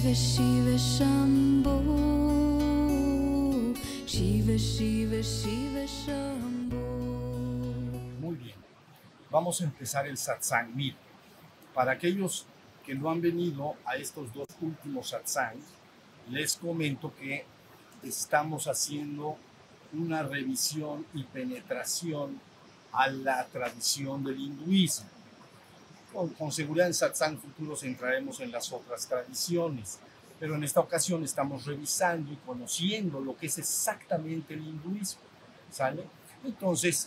Shiva Shiva Shambho, Shiva Shiva Shiva Shambho. Muy bien, vamos a empezar el satsang. Mira, para aquellos que no han venido a estos dos últimos satsangs, les comento que estamos haciendo una revisión y penetración a la tradición del hinduismo. Con seguridad en satsang futuros entraremos en las otras tradiciones, pero en esta ocasión estamos revisando y conociendo lo que es exactamente el hinduismo, ¿sale? Entonces,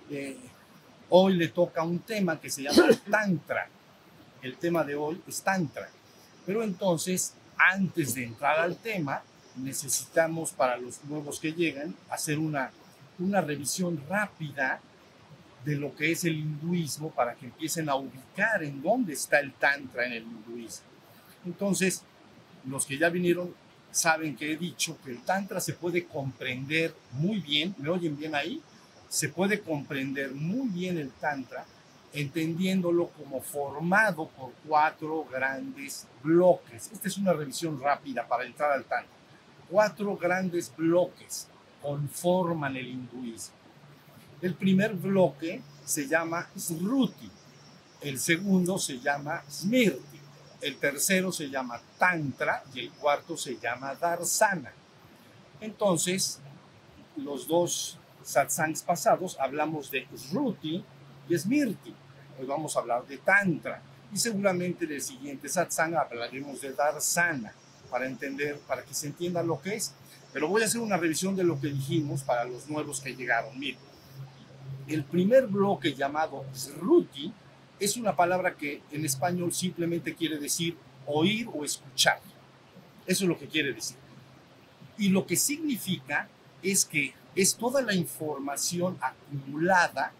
hoy le toca un tema que se llama Tantra. El tema de hoy es Tantra. Pero entonces, antes de entrar al tema, necesitamos, para los nuevos que llegan, hacer una revisión rápida de lo que es el hinduismo para que empiecen a ubicar en dónde está el Tantra en el hinduismo. Entonces, los que ya vinieron saben que he dicho que el Tantra se puede comprender muy bien. ¿Me oyen bien ahí? Se puede comprender muy bien el Tantra entendiéndolo como formado por 4 grandes bloques. Esta es una revisión rápida para entrar al Tantra. 4 grandes bloques conforman el hinduismo. El primer bloque se llama Smriti, el segundo se llama Smriti, el tercero se llama Tantra y el cuarto se llama Darsana. Entonces, los dos satsangs pasados hablamos de Smriti y Smriti. Hoy vamos a hablar de Tantra y seguramente en el siguiente satsang hablaremos de Darsana para entender, para que se entienda lo que es. Pero voy a hacer una revisión de lo que dijimos para los nuevos que llegaron. Miren, el primer bloque llamado Smriti es una palabra que en español simplemente quiere decir oír o escuchar. Eso es lo que quiere decir. Y lo que significa es que es toda la información acumulada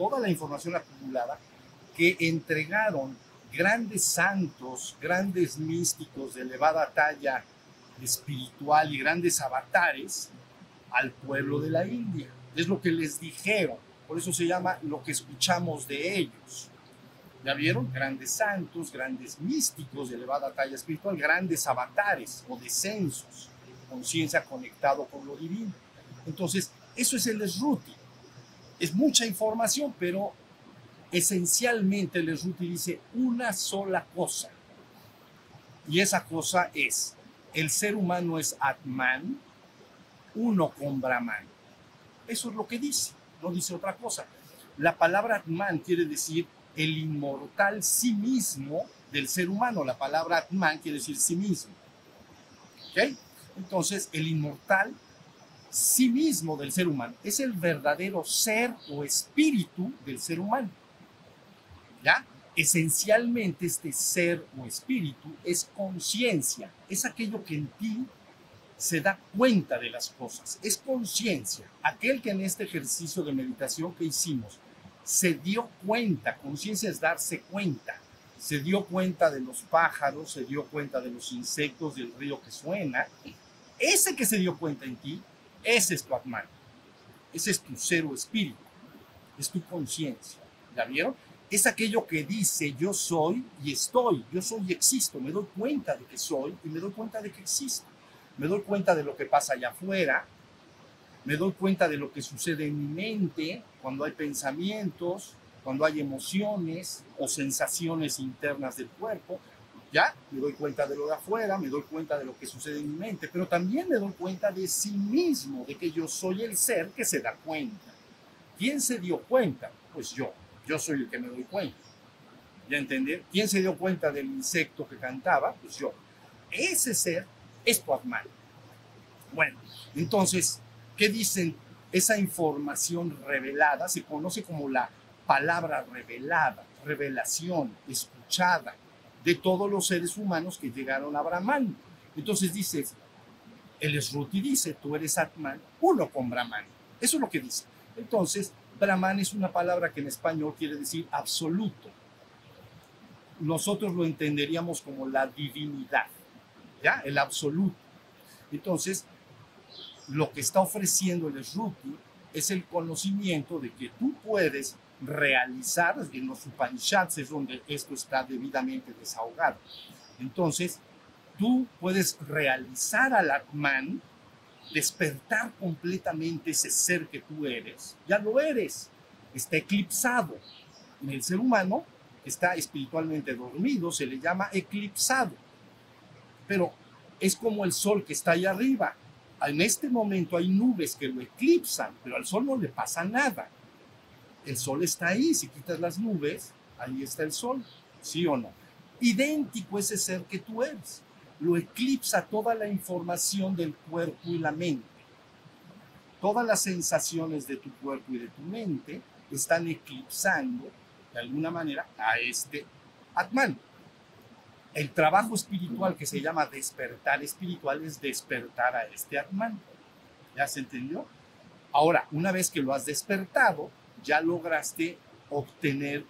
que entregaron grandes santos, grandes místicos de elevada talla espiritual y grandes avatares al pueblo de la India. Es lo que les dijeron, por eso se llama lo que escuchamos de ellos. ¿Ya vieron? Grandes santos, grandes místicos de elevada talla espiritual, grandes avatares o descensos, conciencia conectado con lo divino. Entonces, eso es el Smriti. Es mucha información, pero esencialmente el Smriti dice una sola cosa. Y esa cosa es, el ser humano es Atman, uno con Brahman. Eso es lo que dice, no dice otra cosa. La palabra Atman quiere decir el inmortal sí mismo del ser humano. La palabra Atman quiere decir sí mismo. ¿Ok? Entonces, el inmortal sí mismo del ser humano es el verdadero ser o espíritu del ser humano. ¿Ya? Esencialmente este ser o espíritu es conciencia, es aquello que en ti se da cuenta de las cosas, es conciencia. Aquel que en este ejercicio de meditación que hicimos se dio cuenta, conciencia es darse cuenta, se dio cuenta de los pájaros, se dio cuenta de los insectos, del río que suena. Ese que se dio cuenta en ti, ese es tu Atman, ese es tu ser o espíritu, es tu conciencia. ¿Ya vieron? Es aquello que dice yo soy y estoy, yo soy y existo, me doy cuenta de que soy y me doy cuenta de que existo, me doy cuenta de lo que pasa allá afuera, me doy cuenta de lo que sucede en mi mente cuando hay pensamientos, cuando hay emociones o sensaciones internas del cuerpo. Ya, me doy cuenta de lo de afuera, me doy cuenta de lo que sucede en mi mente, pero también me doy cuenta de sí mismo, de que yo soy el ser que se da cuenta. ¿Quién se dio cuenta? Pues yo soy el que me doy cuenta. ¿Ya entender? ¿Quién se dio cuenta del insecto que cantaba? Pues yo. Ese ser es tu Atman. Bueno, entonces, ¿qué dicen? Esa información revelada se conoce como la palabra revelada, revelación, escuchada, de todos los seres humanos que llegaron a Brahman. Entonces dices, el Smriti dice, tú eres Atman, uno con Brahman. Eso es lo que dice. Entonces, Brahman es una palabra que en español quiere decir absoluto. Nosotros lo entenderíamos como la divinidad, ¿ya? El absoluto. Entonces, lo que está ofreciendo el Smriti es el conocimiento de que tú puedes realizar, en los Upanishads es donde esto está debidamente desahogado. Entonces, tú puedes realizar al Atman, despertar completamente ese ser que tú eres. Ya lo eres, está eclipsado. En el ser humano que está espiritualmente dormido se le llama eclipsado, pero es como el sol que está ahí arriba. En este momento hay nubes que lo eclipsan, pero al sol no le pasa nada. El sol está ahí, si quitas las nubes, ahí está el sol, ¿sí o no? Idéntico ese ser que tú eres. Lo eclipsa toda la información del cuerpo y la mente. Todas las sensaciones de tu cuerpo y de tu mente están eclipsando de alguna manera a este Atman. El trabajo espiritual que se llama despertar espiritual es despertar a este Atman. ¿Ya se entendió? Ahora, una vez que lo has despertado, ya lograste obtener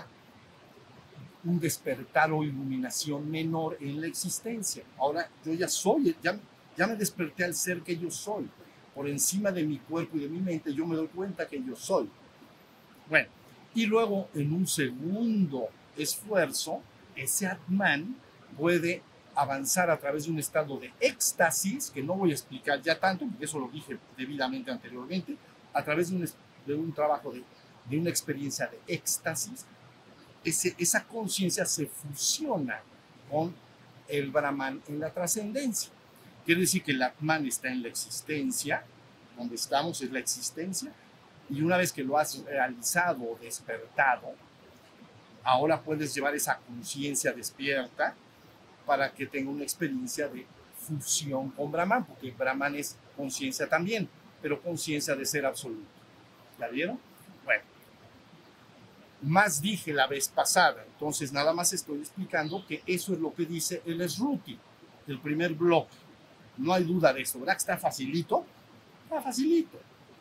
un despertar o iluminación menor en la existencia. Ahora yo ya soy, ya me desperté al ser que yo soy. Por encima de mi cuerpo y de mi mente, yo me doy cuenta que yo soy. Bueno, y luego en un segundo esfuerzo, ese Atman puede avanzar a través de un estado de éxtasis, que no voy a explicar ya tanto, porque eso lo dije debidamente anteriormente, a través de un trabajo de una experiencia de éxtasis. Esa conciencia se fusiona con el Brahman en la trascendencia. Quiere decir que el Atman está en la existencia, donde estamos es la existencia, y una vez que lo has realizado o despertado, ahora puedes llevar esa conciencia despierta para que tenga una experiencia de fusión con Brahman, porque Brahman es conciencia también, pero conciencia de ser absoluto. ¿La vieron? Bueno, más dije la vez pasada, entonces nada más estoy explicando que eso es lo que dice el Sruti, el primer bloque. No hay duda de eso, ¿verdad que está facilito? Está facilito.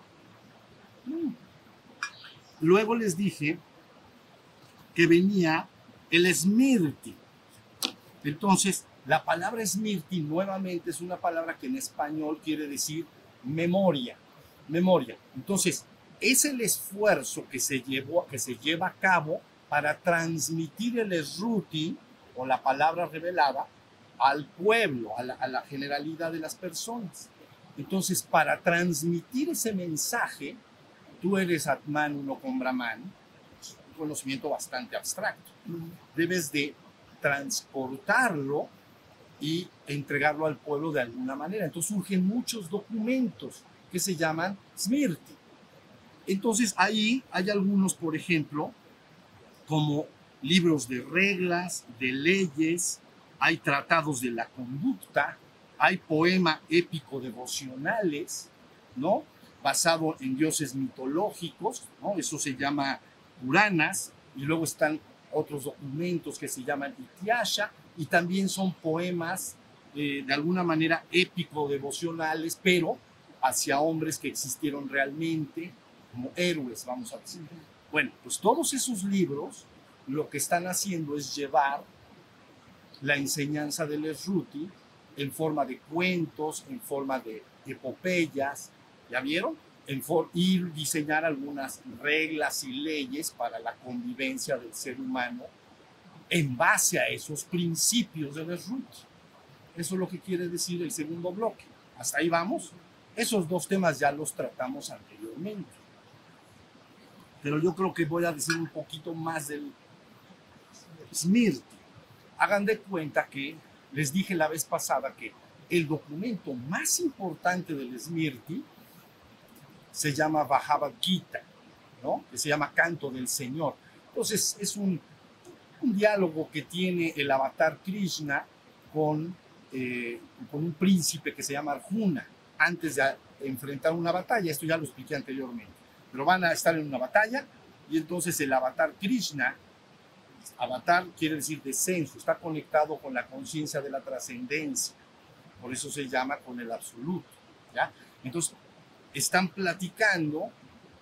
Luego les dije que venía el Smriti. Entonces, la palabra Smriti nuevamente es una palabra que en español quiere decir memoria. Memoria. Entonces, es el esfuerzo que se lleva a cabo para transmitir el Sruti o la palabra revelada al pueblo, a la generalidad de las personas. Entonces, para transmitir ese mensaje, tú eres Atman uno con Brahman, un conocimiento bastante abstracto. Debes de transportarlo y entregarlo al pueblo de alguna manera. Entonces surgen muchos documentos que se llaman Smriti. Entonces ahí hay algunos, por ejemplo, como libros de reglas, de leyes, hay tratados de la conducta, hay poema épico devocionales, ¿no? Basado en dioses mitológicos, ¿no? Eso se llama Puranas, y luego están otros documentos que se llaman Ityasha, y también son poemas de alguna manera épico devocionales, pero hacia hombres que existieron realmente, como héroes, vamos a decir. Bueno, pues todos esos libros lo que están haciendo es llevar la enseñanza del Sruti en forma de cuentos, en forma de epopeyas, ¿ya vieron? Y diseñar algunas reglas y leyes para la convivencia del ser humano en base a esos principios del Sruti. Eso es lo que quiere decir el segundo bloque. Hasta ahí vamos. Esos dos temas ya los tratamos anteriormente. Pero yo creo que voy a decir un poquito más del Smriti. Hagan de cuenta que les dije la vez pasada que el documento más importante del Smriti se llama Bhagavad Gita, ¿no? Que se llama Canto del Señor. Entonces es un diálogo que tiene el avatar Krishna con un príncipe que se llama Arjuna, antes de enfrentar una batalla. Esto ya lo expliqué anteriormente. Pero van a estar en una batalla y entonces el avatar Krishna, avatar quiere decir descenso, está conectado con la conciencia de la trascendencia. Por eso se llama con el absoluto, ¿ya? Entonces están platicando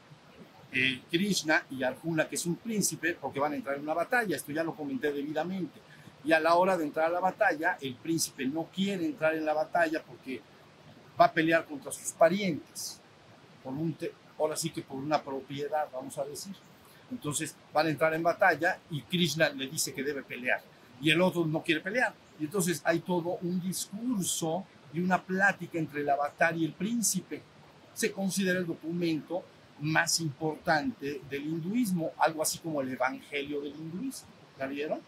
Krishna y Arjuna, que es un príncipe, porque van a entrar en una batalla. Esto ya lo comenté debidamente. Y a la hora de entrar a la batalla, el príncipe no quiere entrar en la batalla porque va a pelear contra sus parientes, ahora sí que por una propiedad, vamos a decir. Entonces van a entrar en batalla y Krishna le dice que debe pelear y el otro no quiere pelear. Y entonces hay todo un discurso y una plática entre el avatar y el príncipe. Se considera el documento más importante del hinduismo, algo así como el evangelio del hinduismo. ¿La vieron?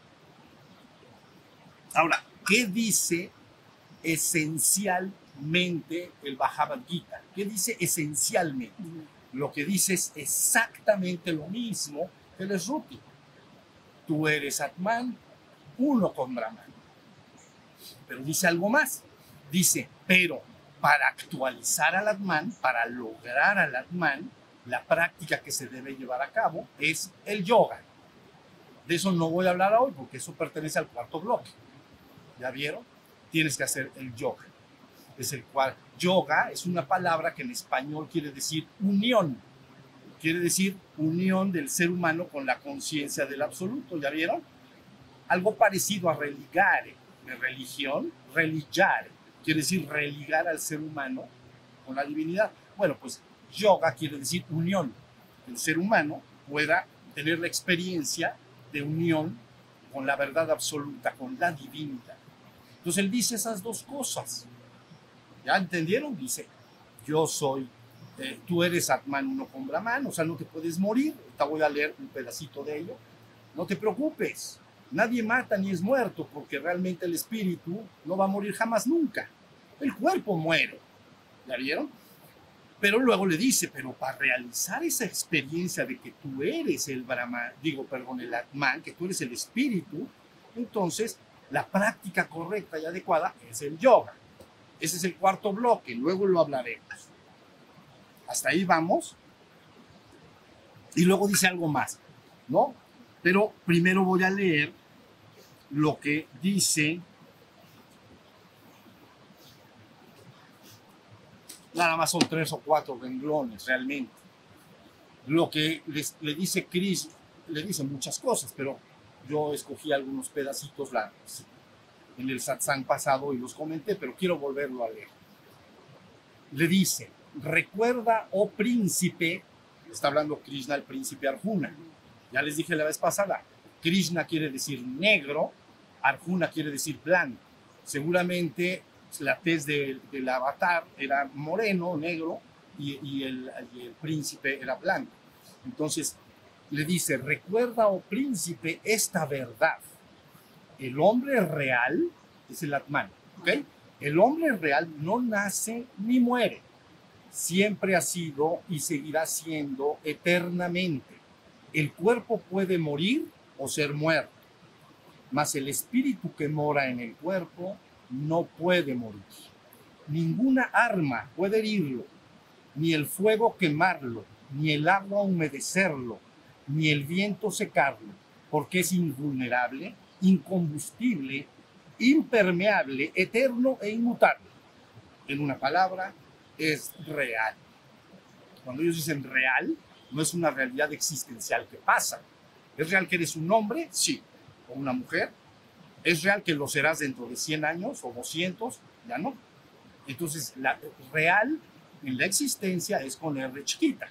Ahora, ¿qué dice esencialmente el Bhagavad Gita? ¿Qué dice esencialmente? Lo que dice es exactamente lo mismo que el Shruti. Tú eres Atman, uno con Brahman. Pero dice algo más. Dice, pero para actualizar al Atman, para lograr al Atman, la práctica que se debe llevar a cabo es el yoga. De eso no voy a hablar hoy porque eso pertenece al cuarto bloque. ¿Ya vieron? Tienes que hacer el yoga. Es el cual yoga es una palabra que en español quiere decir unión. Quiere decir unión del ser humano con la conciencia del absoluto. ¿Ya vieron? Algo parecido a religare, de religión, religar. Quiere decir religar al ser humano con la divinidad. Bueno, pues yoga quiere decir unión. Que el ser humano pueda tener la experiencia de unión con la verdad absoluta, con la divinidad. Entonces él dice esas dos cosas. ¿Ya entendieron? Dice, yo soy, tú eres Atman uno con Brahman, o sea, no te puedes morir. Ahorita voy a leer un pedacito de ello. No te preocupes, nadie mata ni es muerto, porque realmente el espíritu no va a morir jamás nunca. El cuerpo muere. ¿Ya vieron? Pero luego le dice, pero para realizar esa experiencia de que tú eres el Brahman, el Atman, que tú eres el espíritu, entonces la práctica correcta y adecuada es el yoga. Ese es el cuarto bloque, luego lo hablaremos. Hasta ahí vamos. Y luego dice algo más, ¿no? Pero primero voy a leer lo que dice. Nada más son 3 o 4 renglones realmente. Lo que le dice Krishna, le dice muchas cosas, pero yo escogí algunos pedacitos en el satsang pasado y los comenté, pero quiero volverlo a leer. Le dice, recuerda, oh príncipe, está hablando Krishna, el príncipe Arjuna. Ya les dije la vez pasada, Krishna quiere decir negro, Arjuna quiere decir blanco. Seguramente la tez del avatar era moreno, negro, y el príncipe era blanco. Entonces le dice, recuerda, oh príncipe, esta verdad. El hombre real es el Atman, ¿ok? El hombre real no nace ni muere. Siempre ha sido y seguirá siendo eternamente. El cuerpo puede morir o ser muerto, mas el espíritu que mora en el cuerpo no puede morir. Ninguna arma puede herirlo, ni el fuego quemarlo, ni el agua humedecerlo, ni el viento secarlo, porque es invulnerable, incombustible, impermeable, eterno e inmutable. En una palabra, es real. Cuando ellos dicen real, no es una realidad existencial que pasa. ¿Es real que eres un hombre? Sí. ¿O una mujer? ¿Es real que lo serás dentro de 100 años o 200? Ya no. Entonces, la real en la existencia es con R chiquita.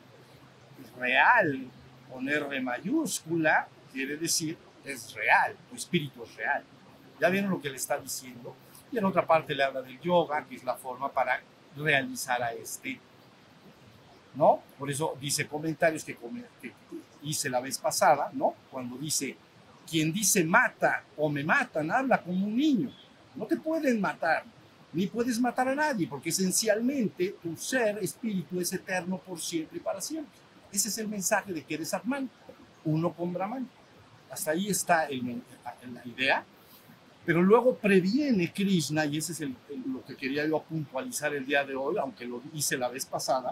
Real con R mayúscula quiere decir es real, tu espíritu es real. ¿Ya vieron lo que le está diciendo? Y en otra parte le habla del yoga, que es la forma para realizar a este, ¿no? Por eso dice comentarios que hice la vez pasada, ¿no? Cuando dice, quien dice mata o me matan, habla como un niño. No te pueden matar, ni puedes matar a nadie, porque esencialmente tu ser, espíritu, es eterno por siempre y para siempre. Ese es el mensaje de que eres Atman, uno con Brahman. Hasta ahí está la idea. Pero luego previene Krishna, y ese es lo que quería yo puntualizar el día de hoy, aunque lo hice la vez pasada.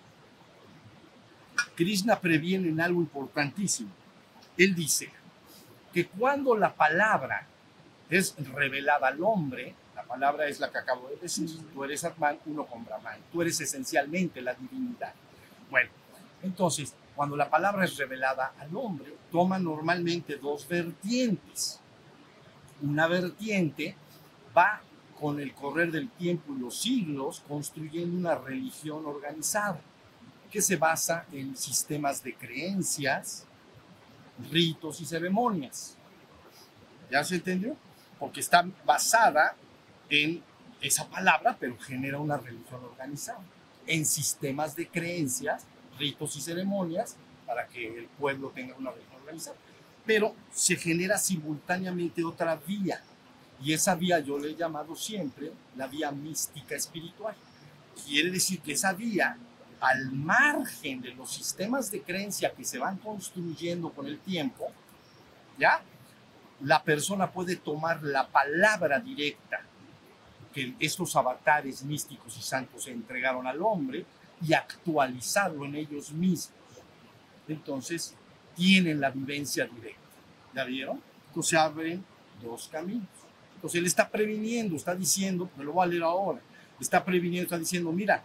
Krishna previene en algo importantísimo. Él dice que cuando la palabra es revelada al hombre, la palabra es la que acabo de decir, tú eres Atman, uno con Brahman, tú eres esencialmente la divinidad. Bueno, entonces, cuando la palabra es revelada al hombre, toma normalmente dos vertientes. Una vertiente va con el correr del tiempo y los siglos construyendo una religión organizada que se basa en sistemas de creencias, ritos y ceremonias. ¿Ya se entendió? porque está basada en esa palabra, pero genera una religión organizada, en sistemas de creencias, ritos y ceremonias, para que el pueblo tenga una religión organizada. Pero se genera simultáneamente otra vía, y esa vía yo le he llamado siempre la vía mística espiritual. Quiere decir que esa vía, al margen de los sistemas de creencia que se van construyendo con el tiempo, ¿ya? La persona puede tomar la palabra directa que estos avatares místicos y santos se entregaron al hombre y actualizarlo en ellos mismos. Entonces, tienen la vivencia directa. ¿Ya vieron? Entonces se abren dos caminos. Entonces él está previniendo, está diciendo, me lo voy a leer ahora, está previniendo, está diciendo, mira,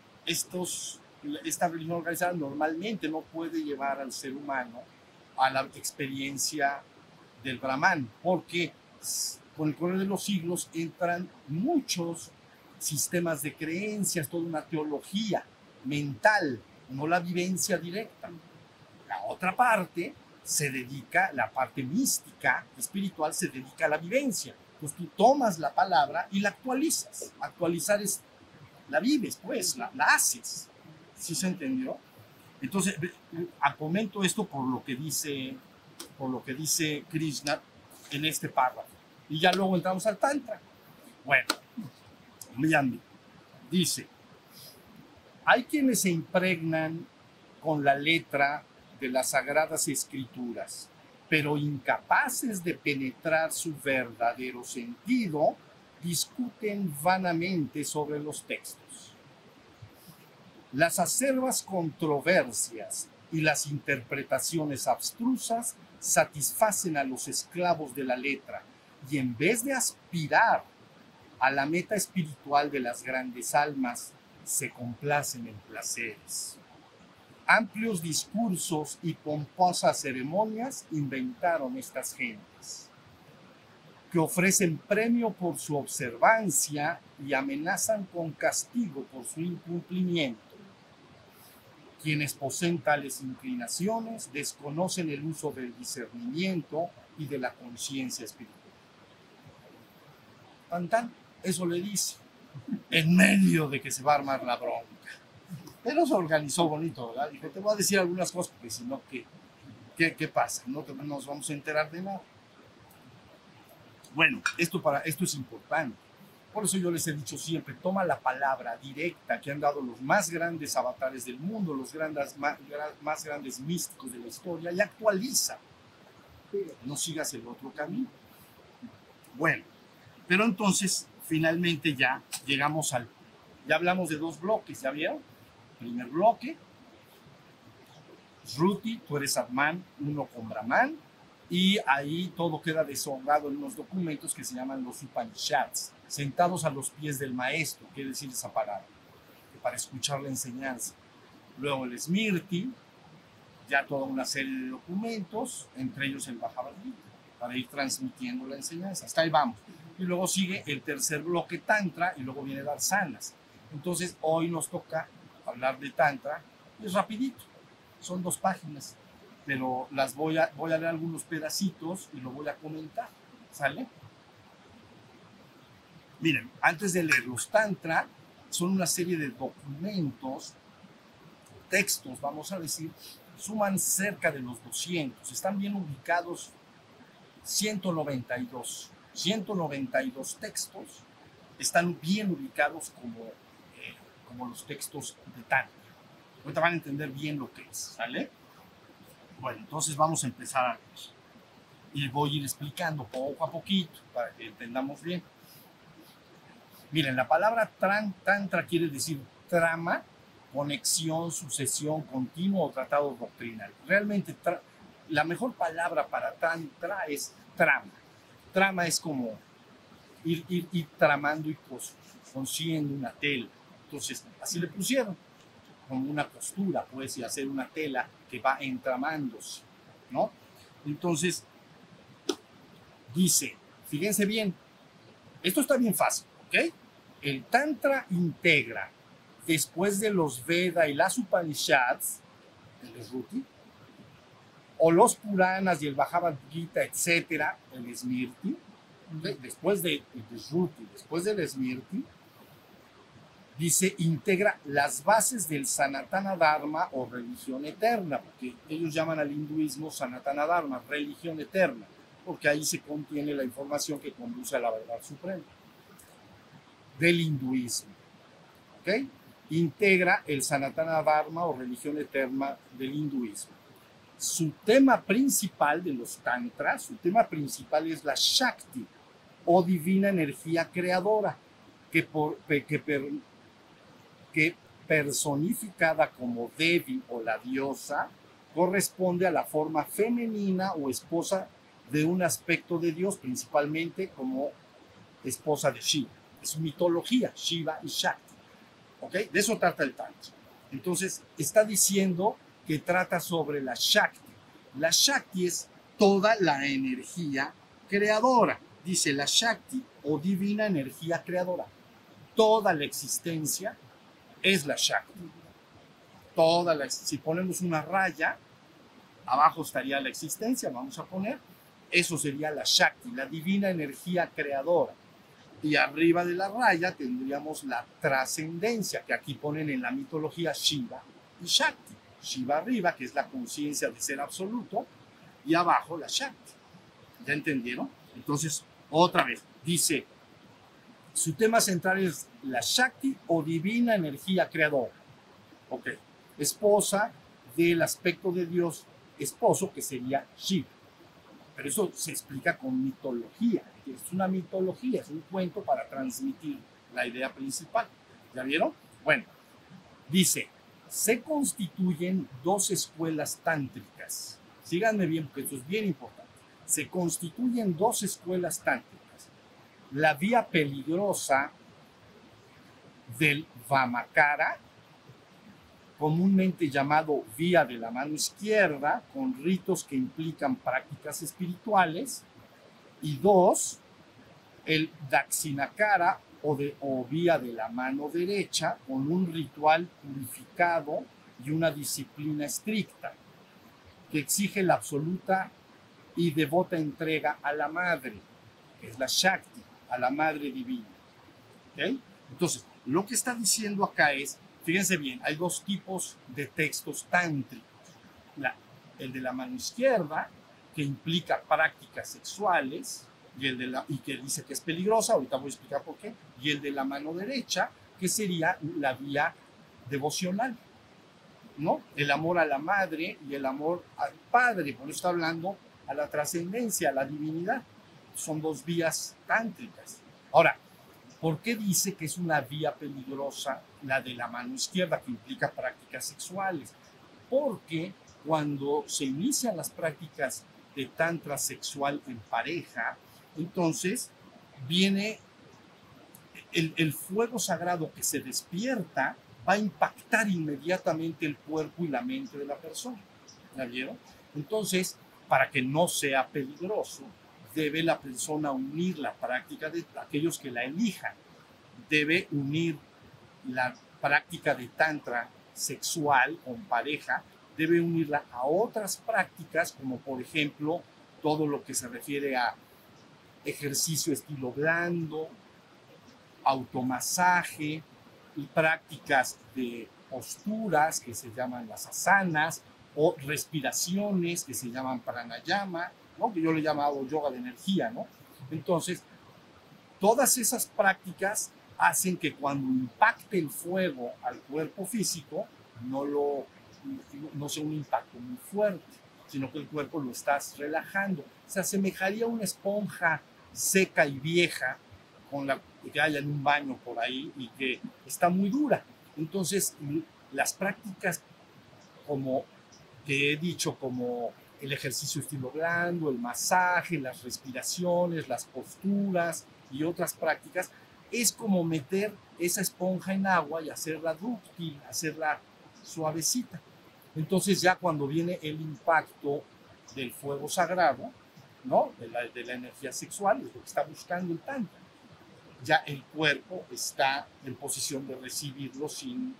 esta religión organizada normalmente no puede llevar al ser humano a la experiencia del Brahman, porque con el correr de los siglos entran muchos sistemas de creencias, toda una teología mental, no la vivencia directa. La otra parte se dedica, la parte mística, espiritual, se dedica a la vivencia. Pues tú tomas la palabra y la actualizas. Actualizar es, la vives, pues, la haces. ¿Sí se entendió? Entonces, comento esto por lo que dice Krishna en este párrafo. Y ya luego entramos al Tantra. Bueno, mirando, dice, hay quienes se impregnan con la letra de las Sagradas Escrituras, pero incapaces de penetrar su verdadero sentido, discuten vanamente sobre los textos. Las acerbas controversias y las interpretaciones abstrusas satisfacen a los esclavos de la letra y en vez de aspirar a la meta espiritual de las grandes almas, se complacen en placeres. Amplios discursos y pomposas ceremonias inventaron estas gentes, que ofrecen premio por su observancia y amenazan con castigo por su incumplimiento. Quienes poseen tales inclinaciones desconocen el uso del discernimiento y de la conciencia espiritual. Tan, eso le dice, en medio de que se va a armar la bronca. Pero se organizó bonito, ¿verdad? Dijo, te voy a decir algunas cosas, porque si no, ¿qué pasa? No nos vamos a enterar de nada. Bueno, esto es importante. Por eso yo les he dicho siempre, toma la palabra directa que han dado los más grandes avatares del mundo, los más grandes místicos de la historia, y actualiza. No sigas el otro camino. Bueno, pero entonces, finalmente ya llegamos ya hablamos de dos bloques, ¿ya vieron? Primer bloque, Shruti, tú eres Atman, uno con Brahman, y ahí todo queda desahogado en unos documentos que se llaman los Upanishads, sentados a los pies del maestro, quiere decir esa palabra, para escuchar la enseñanza. Luego el Smriti, ya toda una serie de documentos, entre ellos el Bhagavad Gita, para ir transmitiendo la enseñanza. Hasta ahí vamos. Y luego sigue el tercer bloque Tantra, y luego viene Darsanas. Entonces hoy nos toca hablar de Tantra, es rapidito, son 2 páginas, pero voy a leer algunos pedacitos y lo voy a comentar, ¿sale? Miren, antes de leer los Tantra, son una serie de documentos, textos, vamos a decir, suman cerca de los 200, están bien ubicados 192 textos, están bien ubicados como los textos de Tantra. Ahorita van a entender bien lo que es, ¿sale? Bueno, entonces vamos a empezar a ver. Y voy a ir explicando poco a poquito para que entendamos bien. Miren, la palabra Tantra quiere decir trama, conexión, sucesión, continuo o tratado doctrinal. Realmente la mejor palabra para Tantra es trama. Trama es como ir tramando y cosiendo una tela. Entonces, así le pusieron, como una costura, pues, y hacer una tela que va entramándose, ¿no? Entonces, dice, fíjense bien, esto está bien fácil, ¿ok? El Tantra integra, después de los Veda y las Upanishads, el Shruti, o los Puranas y el Bhagavad Gita, etcétera, el Smriti, Después de Shruti, después del Smriti, dice, integra las bases del Sanatana Dharma o religión eterna, porque ellos llaman al hinduismo Sanatana Dharma, religión eterna, porque ahí se contiene la información que conduce a la verdad suprema del hinduismo. ¿Ok? Integra el Sanatana Dharma o religión eterna del hinduismo. Su tema principal de los tantras, su tema principal es la Shakti, o divina energía creadora, que personificada como Devi o la diosa, corresponde a la forma femenina o esposa de un aspecto de Dios, principalmente como esposa de Shiva. Es su mitología, Shiva y Shakti. ¿Ok? De eso trata el Tantra. Entonces, está diciendo que trata sobre la Shakti. La Shakti es toda la energía creadora. Dice la Shakti o divina energía creadora. Toda la existencia es la Shakti. Si ponemos una raya, abajo estaría la existencia, vamos a poner, eso sería la Shakti, la divina energía creadora. Y arriba de la raya tendríamos la trascendencia, que aquí ponen en la mitología Shiva y Shakti. Shiva arriba, que es la conciencia de ser absoluto, y abajo la Shakti. ¿Ya entendieron? Entonces, otra vez, dice, su tema central es la Shakti o divina energía creadora. Ok, esposa del aspecto de Dios, esposo, que sería Shiva. Pero eso se explica con mitología. Es una mitología, es un cuento para transmitir la idea principal. ¿Ya vieron? Bueno, dice, se constituyen dos escuelas tántricas. Síganme bien, porque esto es bien importante. Se constituyen dos escuelas tántricas. La vía peligrosa del Vamakara, comúnmente llamado vía de la mano izquierda, con ritos que implican prácticas espirituales, y dos, el Dakshinakara o vía de la mano derecha, con un ritual purificado y una disciplina estricta, que exige la absoluta y devota entrega a la madre, que es la Shakti, a la madre divina. ¿Okay? Entonces, lo que está diciendo acá es, fíjense bien, hay dos tipos de textos tántricos. El de la mano izquierda, que implica prácticas sexuales, y que dice que es peligrosa, ahorita voy a explicar por qué, y el de la mano derecha, que sería la vía devocional, ¿no? El amor a la madre y el amor al padre, por eso está hablando a la trascendencia, a la divinidad. Son dos vías tántricas. Ahora, ¿por qué dice que es una vía peligrosa la de la mano izquierda, que implica prácticas sexuales? Porque cuando se inician las prácticas de tantra sexual en pareja, entonces viene el fuego sagrado que se despierta, va a impactar inmediatamente el cuerpo y la mente de la persona. ¿La vieron? Entonces, para que no sea peligroso, debe la persona unir la práctica de aquellos que la elijan. Debe unir la práctica de tantra sexual con pareja, debe unirla a otras prácticas, como por ejemplo todo lo que se refiere a ejercicio estilo blando, automasaje y prácticas de posturas que se llaman las asanas, o respiraciones que se llaman pranayama, ¿no? Que yo le he llamado yoga de energía, ¿no? Entonces, todas esas prácticas hacen que cuando impacte el fuego al cuerpo físico, no sea un impacto muy fuerte, sino que el cuerpo lo estás relajando. Se asemejaría a una esponja seca y vieja con la que hay en un baño por ahí y que está muy dura. Entonces, las prácticas como que he dicho, como el ejercicio estilo blando, el masaje, las respiraciones, las posturas y otras prácticas, es como meter esa esponja en agua y hacerla dúctil, hacerla suavecita. Entonces ya cuando viene el impacto del fuego sagrado, ¿no? de la energía sexual, es lo que está buscando el tantra. Ya el cuerpo está en posición de recibirlo sin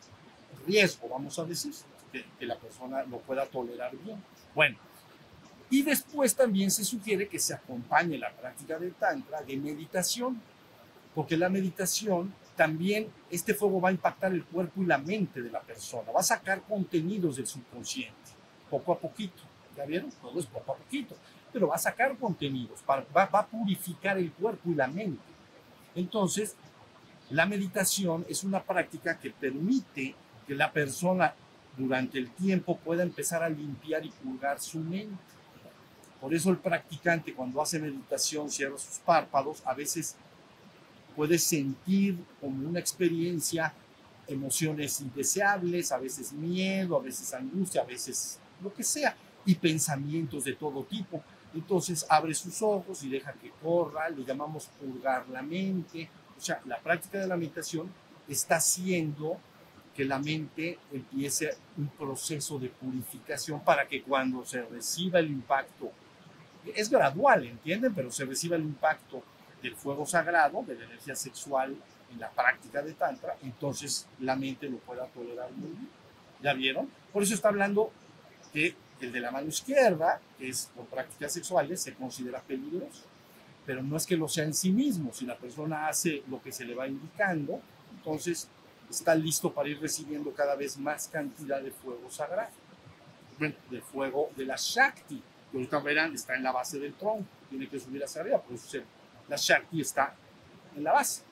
riesgo, vamos a decir, que la persona lo pueda tolerar bien. Bueno, Y después también se sugiere que se acompañe la práctica del Tantra de meditación, porque la meditación también, este fuego va a impactar el cuerpo y la mente de la persona, va a sacar contenidos del subconsciente, poco a poquito, ¿ya vieron? Todo es poco a poquito, pero va a sacar contenidos, va a purificar el cuerpo y la mente. Entonces, la meditación es una práctica que permite que la persona durante el tiempo pueda empezar a limpiar y purgar su mente. Por eso el practicante cuando hace meditación cierra sus párpados, a veces puede sentir como una experiencia emociones indeseables, a veces miedo, a veces angustia, a veces lo que sea, y pensamientos de todo tipo. Entonces abre sus ojos y deja que corra, le llamamos purgar la mente. O sea, la práctica de la meditación está haciendo que la mente empiece un proceso de purificación para que cuando se reciba el impacto, es gradual, ¿entienden? Pero se reciba el impacto del fuego sagrado, de la energía sexual en la práctica de Tantra, entonces la mente lo pueda tolerar muy bien. ¿Ya vieron? Por eso está hablando que el de la mano izquierda, que es por prácticas sexuales, se considera peligroso. Pero no es que lo sea en sí mismo. Si la persona hace lo que se le va indicando, entonces está listo para ir recibiendo cada vez más cantidad de fuego sagrado. Bueno, de fuego de la Shakti, que ahorita verán, está en la base del tronco, tiene que subir hacia arriba, por eso la Shakti está en la base.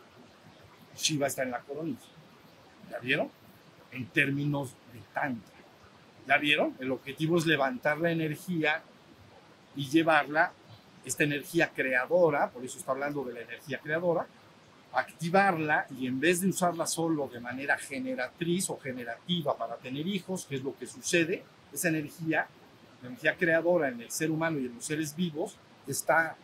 Shiva está en la coronilla. ¿Ya vieron? En términos de Tantra. ¿Ya vieron? El objetivo es levantar la energía y llevarla, esta energía creadora, por eso está hablando de la energía creadora, activarla y en vez de usarla solo de manera generatriz o generativa para tener hijos, que es lo que sucede, esa energía, la energía creadora en el ser humano y en los seres vivos, está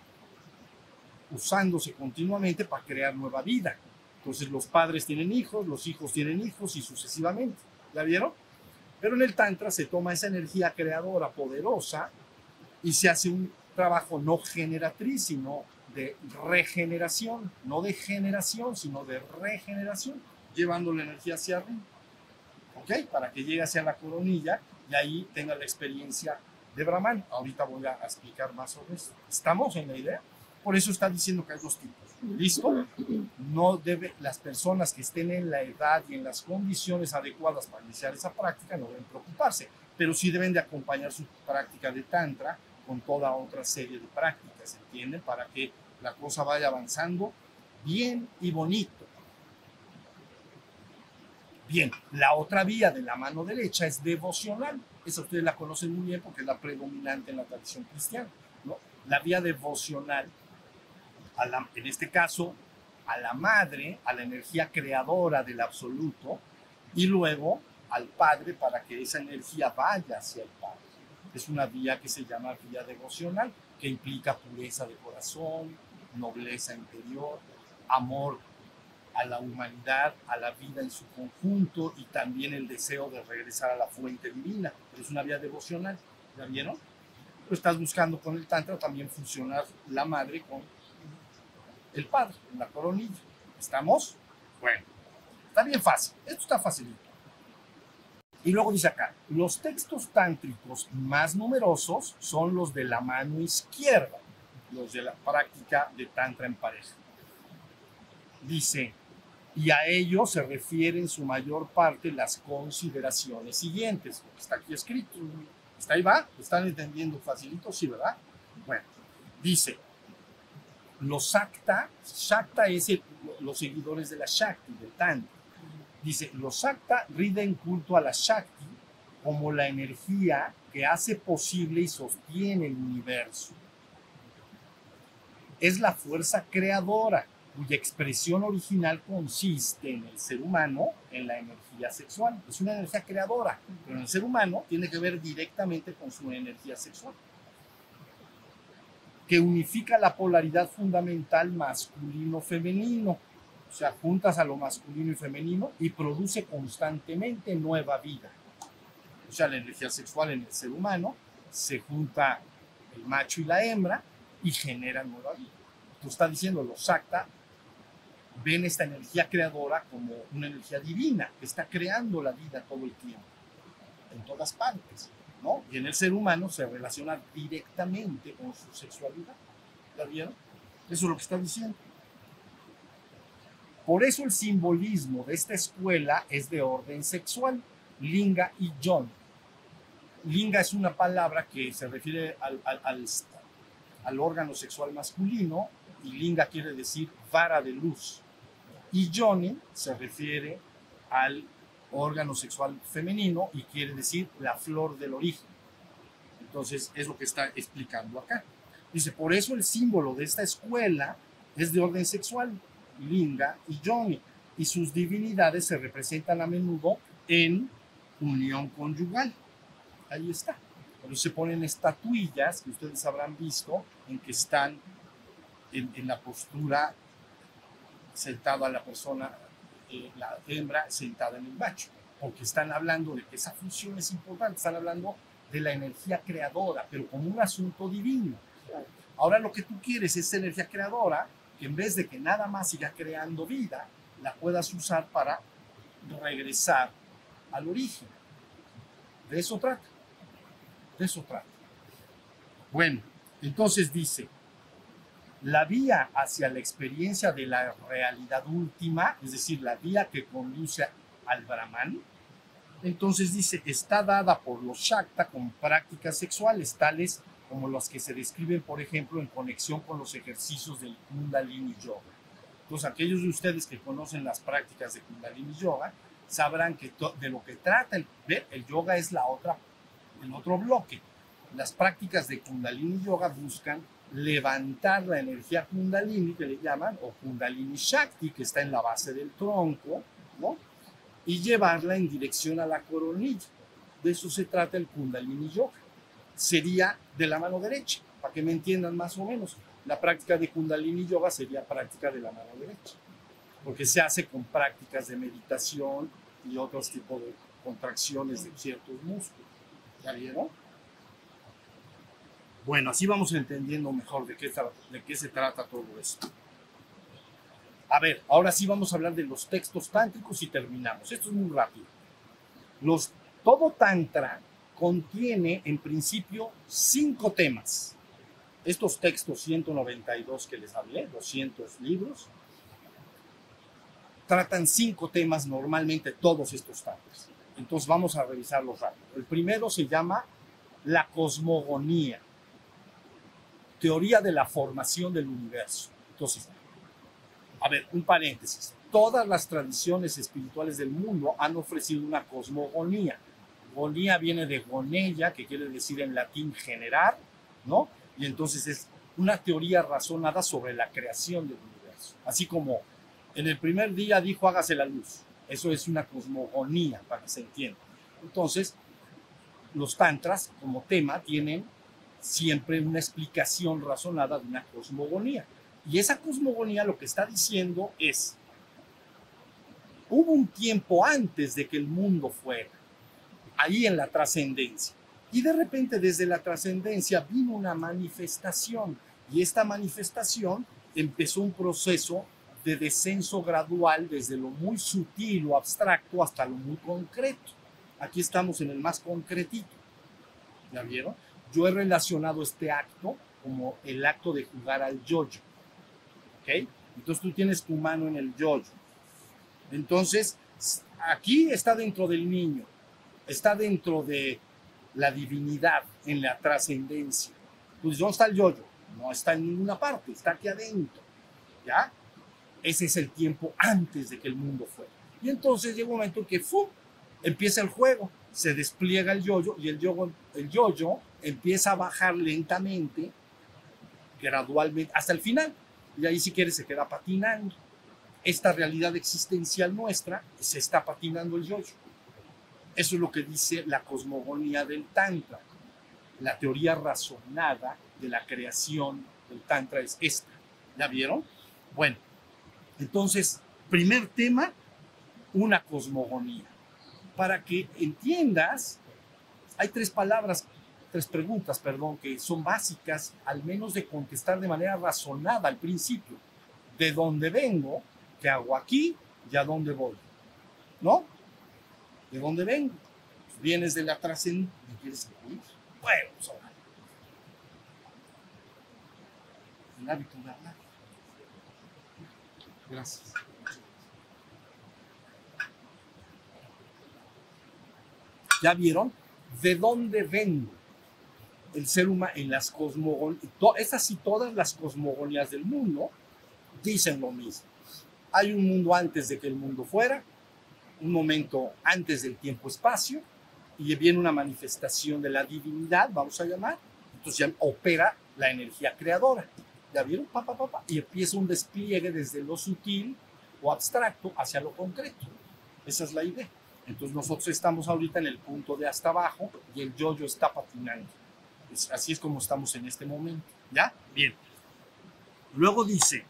usándose continuamente para crear nueva vida. Entonces los padres tienen hijos, los hijos tienen hijos y sucesivamente. ¿Ya vieron? Pero en el Tantra se toma esa energía creadora poderosa y se hace un trabajo no generatriz, sino de regeneración, no de generación, sino de regeneración, llevando la energía hacia arriba, ¿ok? Para que llegue hacia la coronilla y ahí tenga la experiencia de Brahman. Ahorita voy a explicar más sobre eso. ¿Estamos en la idea? Por eso está diciendo que hay dos tipos. ¿Listo? No debe, las personas que estén en la edad y en las condiciones adecuadas para iniciar esa práctica no deben preocuparse, pero sí deben de acompañar su práctica de Tantra con toda otra serie de prácticas, ¿entienden? Para que la cosa vaya avanzando bien y bonito. Bien, la otra vía de la mano derecha es devocional. Esa ustedes la conocen muy bien porque es la predominante en la tradición cristiana, ¿no? La vía devocional, en este caso, a la madre, a la energía creadora del absoluto, y luego al Padre para que esa energía vaya hacia el Padre. Es una vía que se llama vía devocional, que implica pureza de corazón, nobleza interior, amor a la humanidad, a la vida en su conjunto y también el deseo de regresar a la fuente divina. Pero es una vía devocional, ¿ya vieron? Tú estás buscando con el Tantra también funcionar la madre con el Padre, en la coronilla. ¿Estamos? Bueno, está bien fácil. Esto está facilito. Y luego dice acá, los textos tántricos más numerosos son los de la mano izquierda, los de la práctica de Tantra en pareja. Dice, y a ello se refieren su mayor parte las consideraciones siguientes, lo que está aquí escrito. ¿Está ahí va? ¿Están entendiendo facilito? Sí, ¿verdad? Bueno, dice, los Shakta es los seguidores de la Shakti, del Tantra. Dice, los Shakta rinden culto a la Shakti como la energía que hace posible y sostiene el universo. Es la fuerza creadora cuya expresión original consiste en el ser humano, en la energía sexual. Es una energía creadora, pero en el ser humano tiene que ver directamente con su energía sexual, que unifica la polaridad fundamental masculino-femenino. O sea, juntas a lo masculino y femenino y produce constantemente nueva vida. O sea, la energía sexual en el ser humano se junta el macho y la hembra y genera nueva vida. Tú estás diciendo, los Shakta ven esta energía creadora como una energía divina que está creando la vida todo el tiempo, en todas partes. ¿no? Y en el ser humano se relaciona directamente con su sexualidad. ¿Ya vieron? Eso es lo que está diciendo. Por eso el simbolismo de esta escuela es de orden sexual, linga y yoni. Linga es una palabra que se refiere al órgano sexual masculino, y linga quiere decir vara de luz. Y yoni se refiere al órgano sexual femenino y quiere decir la flor del origen. Entonces es lo que está explicando acá. Dice, por eso el símbolo de esta escuela es de orden sexual, linga y yoni, y sus divinidades se representan a menudo en unión conyugal. Ahí está. Pero se ponen estatuillas que ustedes habrán visto en que están en la postura sentada la persona, la hembra sentada en el macho, porque están hablando de que esa función es importante, están hablando de la energía creadora, pero como un asunto divino. Ahora lo que tú quieres es energía creadora, que en vez de que nada más siga creando vida, la puedas usar para regresar al origen. De eso trata. De eso trata. Bueno, entonces dice, la vía hacia la experiencia de la realidad última, es decir, la vía que conduce al Brahman, entonces dice, está dada por los Shakta con prácticas sexuales, tales como las que se describen, por ejemplo, en conexión con los ejercicios del Kundalini Yoga. Entonces, aquellos de ustedes que conocen las prácticas de Kundalini Yoga, sabrán que de lo que trata el yoga es el otro bloque. Las prácticas de Kundalini Yoga buscan levantar la energía Kundalini, que le llaman, o Kundalini Shakti, que está en la base del tronco, ¿no? Y llevarla en dirección a la coronilla. De eso se trata el Kundalini Yoga. Sería de la mano derecha, para que me entiendan más o menos. La práctica de Kundalini Yoga sería práctica de la mano derecha, porque se hace con prácticas de meditación y otros tipos de contracciones de ciertos músculos. ¿Ya vieron? Bueno, así vamos entendiendo mejor de qué se trata todo esto. A ver, ahora sí vamos a hablar de los textos tántricos y terminamos. Esto es muy rápido. Todo tantra contiene en principio 5 temas. Estos textos 192 que les hablé, 200 libros, tratan 5 temas normalmente, todos estos tantras. Entonces vamos a revisarlos rápido. El primero se llama la cosmogonía, teoría de la formación del universo. Entonces, a ver, un paréntesis. Todas las tradiciones espirituales del mundo han ofrecido una cosmogonía. Gonía viene de goneia, que quiere decir en latín generar, ¿no? Y entonces es una teoría razonada sobre la creación del universo. Así como en el primer día dijo hágase la luz. Eso es una cosmogonía, para que se entienda. Entonces, los tantras como tema tienen siempre una explicación razonada de una cosmogonía. Y esa cosmogonía lo que está diciendo es, hubo un tiempo antes de que el mundo fuera, ahí en la trascendencia. Y de repente desde la trascendencia vino una manifestación. Y esta manifestación empezó un proceso de descenso gradual desde lo muy sutil o abstracto hasta lo muy concreto. Aquí estamos en el más concretito. ¿Ya vieron? Yo he relacionado este acto como el acto de jugar al yo-yo. ¿Ok? Entonces tú tienes tu mano en el yo-yo. Entonces, aquí está dentro del niño, está dentro de la divinidad, en la trascendencia. Pues, ¿dónde está el yo-yo? No está en ninguna parte, está aquí adentro. ¿Ya? Ese es el tiempo antes de que el mundo fuera. Y entonces llega un momento en que ¡fum!, empieza el juego, se despliega el yo-yo y el yo-yo empieza a bajar lentamente, gradualmente, hasta el final. Y ahí, si quieres, se queda patinando. Esta realidad existencial nuestra, se está patinando el yo-yo. Eso es lo que dice la cosmogonía del Tantra. La teoría razonada de la creación del Tantra es esta. ¿Ya vieron? Bueno, entonces, primer tema, una cosmogonía. Para que entiendas, hay tres preguntas, que son básicas, al menos de contestar de manera razonada al principio. ¿De dónde vengo? ¿Qué hago aquí? ¿Y a dónde voy? ¿No? ¿De dónde vengo? Pues vienes de la trascendencia. quieres seguir? Bueno, pues ahora. El hábito de hablar. Gracias. ¿Ya vieron? ¿De dónde vengo? El ser humano en las cosmogonías, estas y todas las cosmogonías del mundo dicen lo mismo. Hay un mundo antes de que el mundo fuera, un momento antes del tiempo-espacio, y viene una manifestación de la divinidad, vamos a llamar, entonces ya opera la energía creadora. ¿Ya vieron? Y empieza un despliegue desde lo sutil o abstracto hacia lo concreto. Esa es la idea. Entonces nosotros estamos ahorita en el punto de hasta abajo y el yo-yo está patinando. Así es como estamos en este momento. ¿Ya? Bien. Luego dice,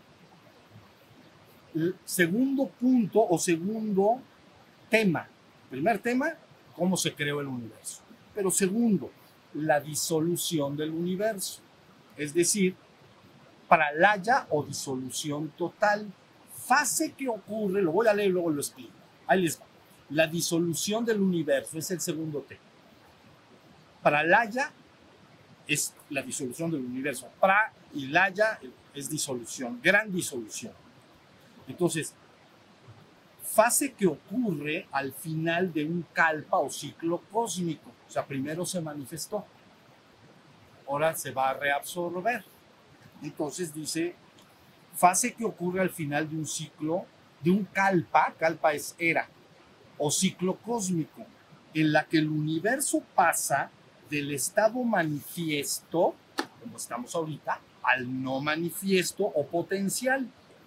el segundo punto o segundo tema. Primer tema, cómo se creó el universo. Pero segundo, la disolución del universo. Es decir, pralaya o disolución total. Fase que ocurre, lo voy a leer y luego lo explico. Ahí les va. La disolución del universo es el segundo tema. Pralaya es la disolución del universo. Pra y laya es disolución, gran disolución. Entonces, fase que ocurre al final de un kalpa o ciclo cósmico. O sea, primero se manifestó, ahora se va a reabsorber. Entonces dice, fase que ocurre al final de un ciclo, de un kalpa es era, o ciclo cósmico, en la que el universo pasa del estado manifiesto, como estamos ahorita, al no manifiesto o potencial,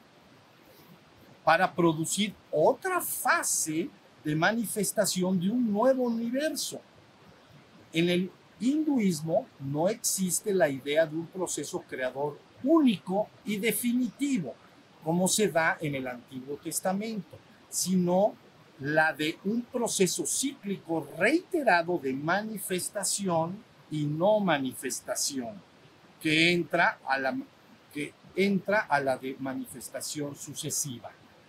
para producir otra fase de manifestación de un nuevo universo. En el hinduismo no existe la idea de un proceso creador único y definitivo, como se da en el Antiguo Testamento, sino la de un proceso cíclico reiterado de manifestación y no manifestación, que entra a la de manifestación sucesiva.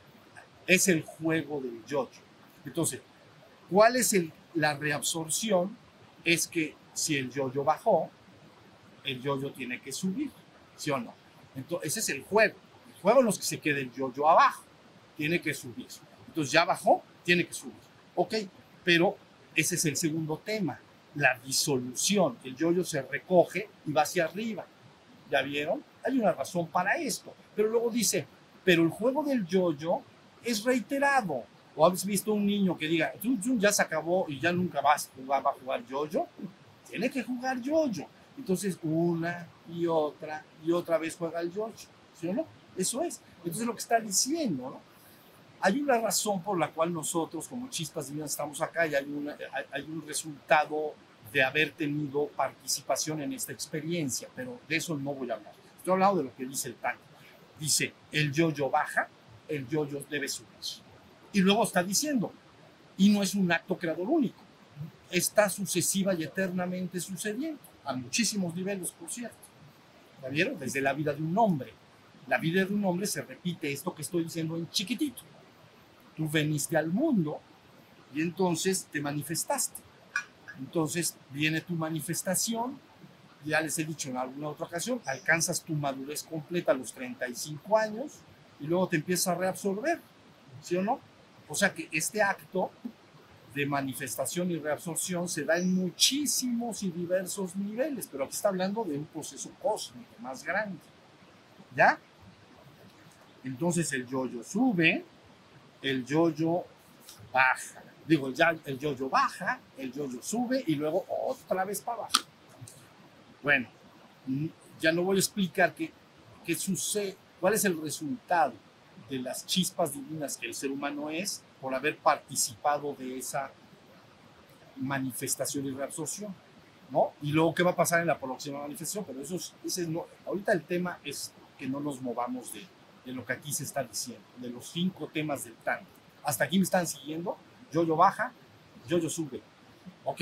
Es el juego del yo-yo. Entonces, ¿cuál es la reabsorción? Es que si el yo-yo bajó, el yo-yo tiene que subir, ¿sí o no? Entonces, ese es el juego. El juego no es que se quede el yo-yo abajo, tiene que subir. Entonces, ya bajó, tiene que subir. Ok, pero ese es el segundo tema, la disolución. El yo-yo se recoge y va hacia arriba. ¿Ya vieron? Hay una razón para esto. Pero luego dice, pero el juego del yo-yo es reiterado. ¿O has visto un niño que diga, ya se acabó y ya nunca va a jugar yo-yo? Tiene que jugar yo-yo. Entonces, una y otra vez juega el yo-yo. ¿Sí o no? Eso es. Entonces, lo que está diciendo, ¿no? Hay una razón por la cual nosotros, como Chispas Divinas, estamos acá y hay un resultado de haber tenido participación en esta experiencia, pero de eso no voy a hablar. Estoy hablando de lo que dice el Tantra. Dice, el yo-yo baja, el yo-yo debe subir. Y luego está diciendo, y no es un acto creador único, está sucesiva y eternamente sucediendo, a muchísimos niveles, por cierto. ¿Ya vieron? Desde la vida de un hombre. La vida de un hombre se repite esto que estoy diciendo en chiquitito. Tú veniste al mundo y entonces te manifestaste. Entonces viene tu manifestación, ya les he dicho en alguna otra ocasión, alcanzas tu madurez completa a los 35 años y luego te empiezas a reabsorber, ¿sí o no? O sea que este acto de manifestación y reabsorción se da en muchísimos y diversos niveles, pero aquí está hablando de un proceso cósmico más grande, ¿ya? Entonces el yo-yo sube, el yo-yo baja. Digo, ya el yo-yo baja, el yo-yo sube y luego otra vez para abajo. Bueno, ya no voy a explicar qué sucede, cuál es el resultado de las chispas divinas que el ser humano es por haber participado de esa manifestación y reabsorción, ¿no? Y luego qué va a pasar en la próxima manifestación, pero ahorita el tema es que no nos movamos de lo que aquí se está diciendo, de los 5 temas del Tantra. Hasta aquí me están siguiendo. Yo-yo baja, yo-yo sube. Ok.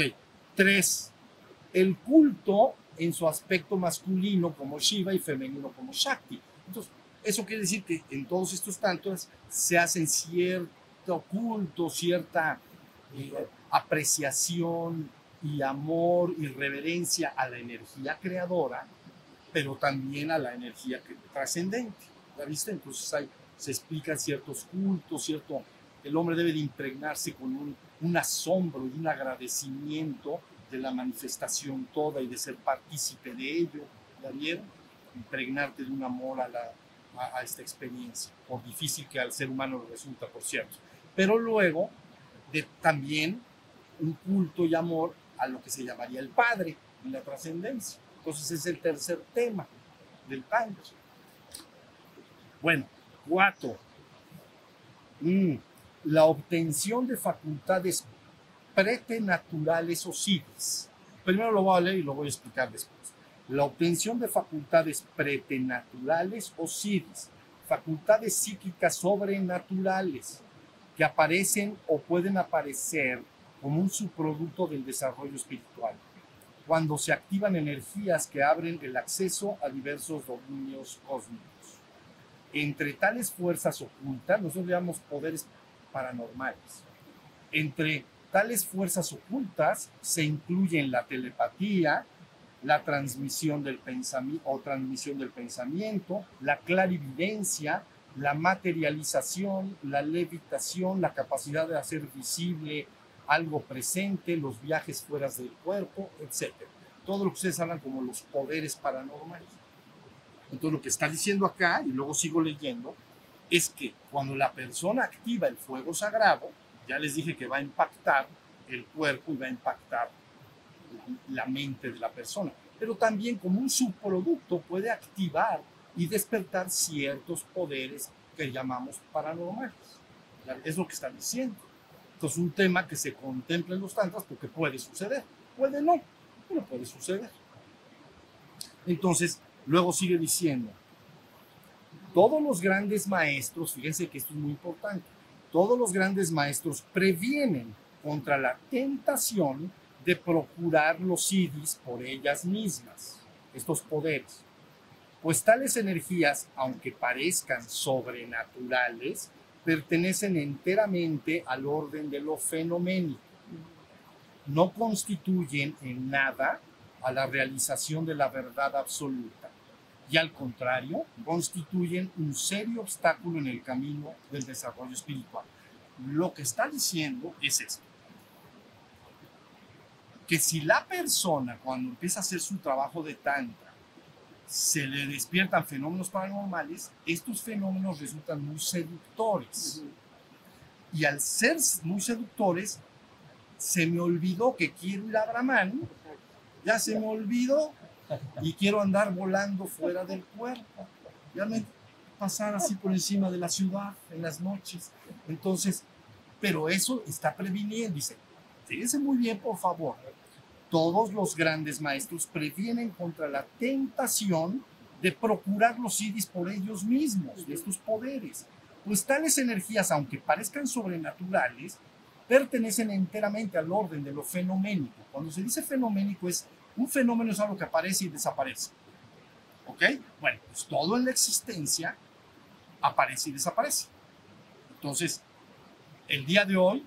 3. El culto en su aspecto masculino como Shiva y femenino como Shakti. Entonces, eso quiere decir que en todos estos tantras se hacen cierto culto, cierta apreciación y amor y reverencia a la energía creadora, pero también a la energía trascendente. ¿La viste? Entonces se explican ciertos cultos, el hombre debe de impregnarse con un asombro y un agradecimiento de la manifestación toda y de ser partícipe de ello. ¿La vieron? Impregnarte de un amor a esta experiencia, por difícil que al ser humano le resulta, por cierto. Pero luego también un culto y amor a lo que se llamaría el Padre en la trascendencia. Entonces es el tercer tema del Tantra. Bueno, 4. La obtención de facultades preternaturales o siddhis. Primero lo voy a leer y lo voy a explicar después. La obtención de facultades preternaturales o siddhis, facultades psíquicas sobrenaturales que aparecen o pueden aparecer como un subproducto del desarrollo espiritual, cuando se activan energías que abren el acceso a diversos dominios cósmicos. Entre tales fuerzas ocultas, nosotros llamamos poderes paranormales. Entre tales fuerzas ocultas se incluyen la telepatía, la transmisión del pensamiento, la clarividencia, la materialización, la levitación, la capacidad de hacer visible algo presente, los viajes fuera del cuerpo, etc. Todo lo que ustedes hablan como los poderes paranormales. Entonces lo que está diciendo acá, y luego sigo leyendo, es que cuando la persona activa el fuego sagrado, ya les dije que va a impactar el cuerpo y va a impactar la mente de la persona, pero también como un subproducto puede activar y despertar ciertos poderes que llamamos paranormales. Es lo que está diciendo. Entonces un tema que se contempla en los tantras porque puede suceder, puede no, pero puede suceder. Entonces luego sigue diciendo, todos los grandes maestros, fíjense que esto es muy importante, todos los grandes maestros previenen contra la tentación de procurar los siddhis por ellas mismas, estos poderes, pues tales energías, aunque parezcan sobrenaturales, pertenecen enteramente al orden de lo fenoménico. No constituyen en nada a la realización de la verdad absoluta y al contrario, constituyen un serio obstáculo en el camino del desarrollo espiritual. Lo que está diciendo es esto, que si la persona cuando empieza a hacer su trabajo de tantra se le despiertan fenómenos paranormales, estos fenómenos resultan muy seductores. Y al ser muy seductores, se me olvidó que quiero ir a Brahman, ya se me olvidó y quiero andar volando fuera del cuerpo, ya me pasar así por encima de la ciudad en las noches. Entonces, pero eso está previniendo, dice, fíjense muy bien por favor, todos los grandes maestros previenen contra la tentación de procurar los siddhis por ellos mismos, de estos poderes, pues tales energías, aunque parezcan sobrenaturales, pertenecen enteramente al orden de lo fenoménico. Cuando se dice fenoménico, un fenómeno es algo que aparece y desaparece. ¿Ok? Bueno, pues todo en la existencia aparece y desaparece. Entonces, el día de hoy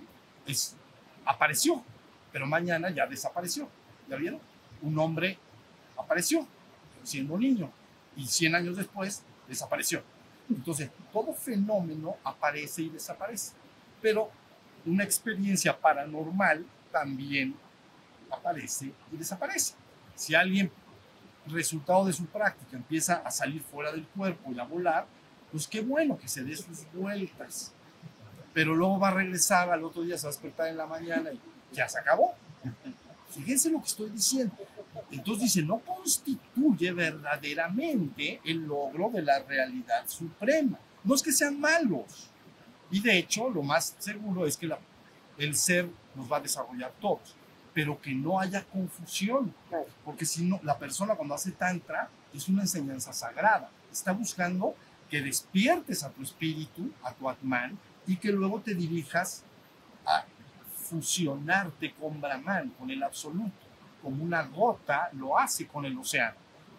apareció, pero mañana ya desapareció. ¿Ya vieron? Un hombre apareció siendo niño y 100 años después desapareció. Entonces, todo fenómeno aparece y desaparece. Pero una experiencia paranormal también aparece y desaparece. Si alguien, resultado de su práctica, empieza a salir fuera del cuerpo y a volar, pues qué bueno que se dé sus vueltas. Pero luego va a regresar, al otro día se va a despertar en la mañana y ya se acabó. Fíjense lo que estoy diciendo. Entonces dice, no constituye verdaderamente el logro de la realidad suprema. No es que sean malos. Y de hecho, lo más seguro es que el ser nos va a desarrollar todos, pero que no haya confusión. Porque si no, la persona cuando hace tantra es una enseñanza sagrada. Está buscando que despiertes a tu espíritu, a tu Atman, y que luego te dirijas a fusionarte con Brahman, con el absoluto, como una gota lo hace con el océano.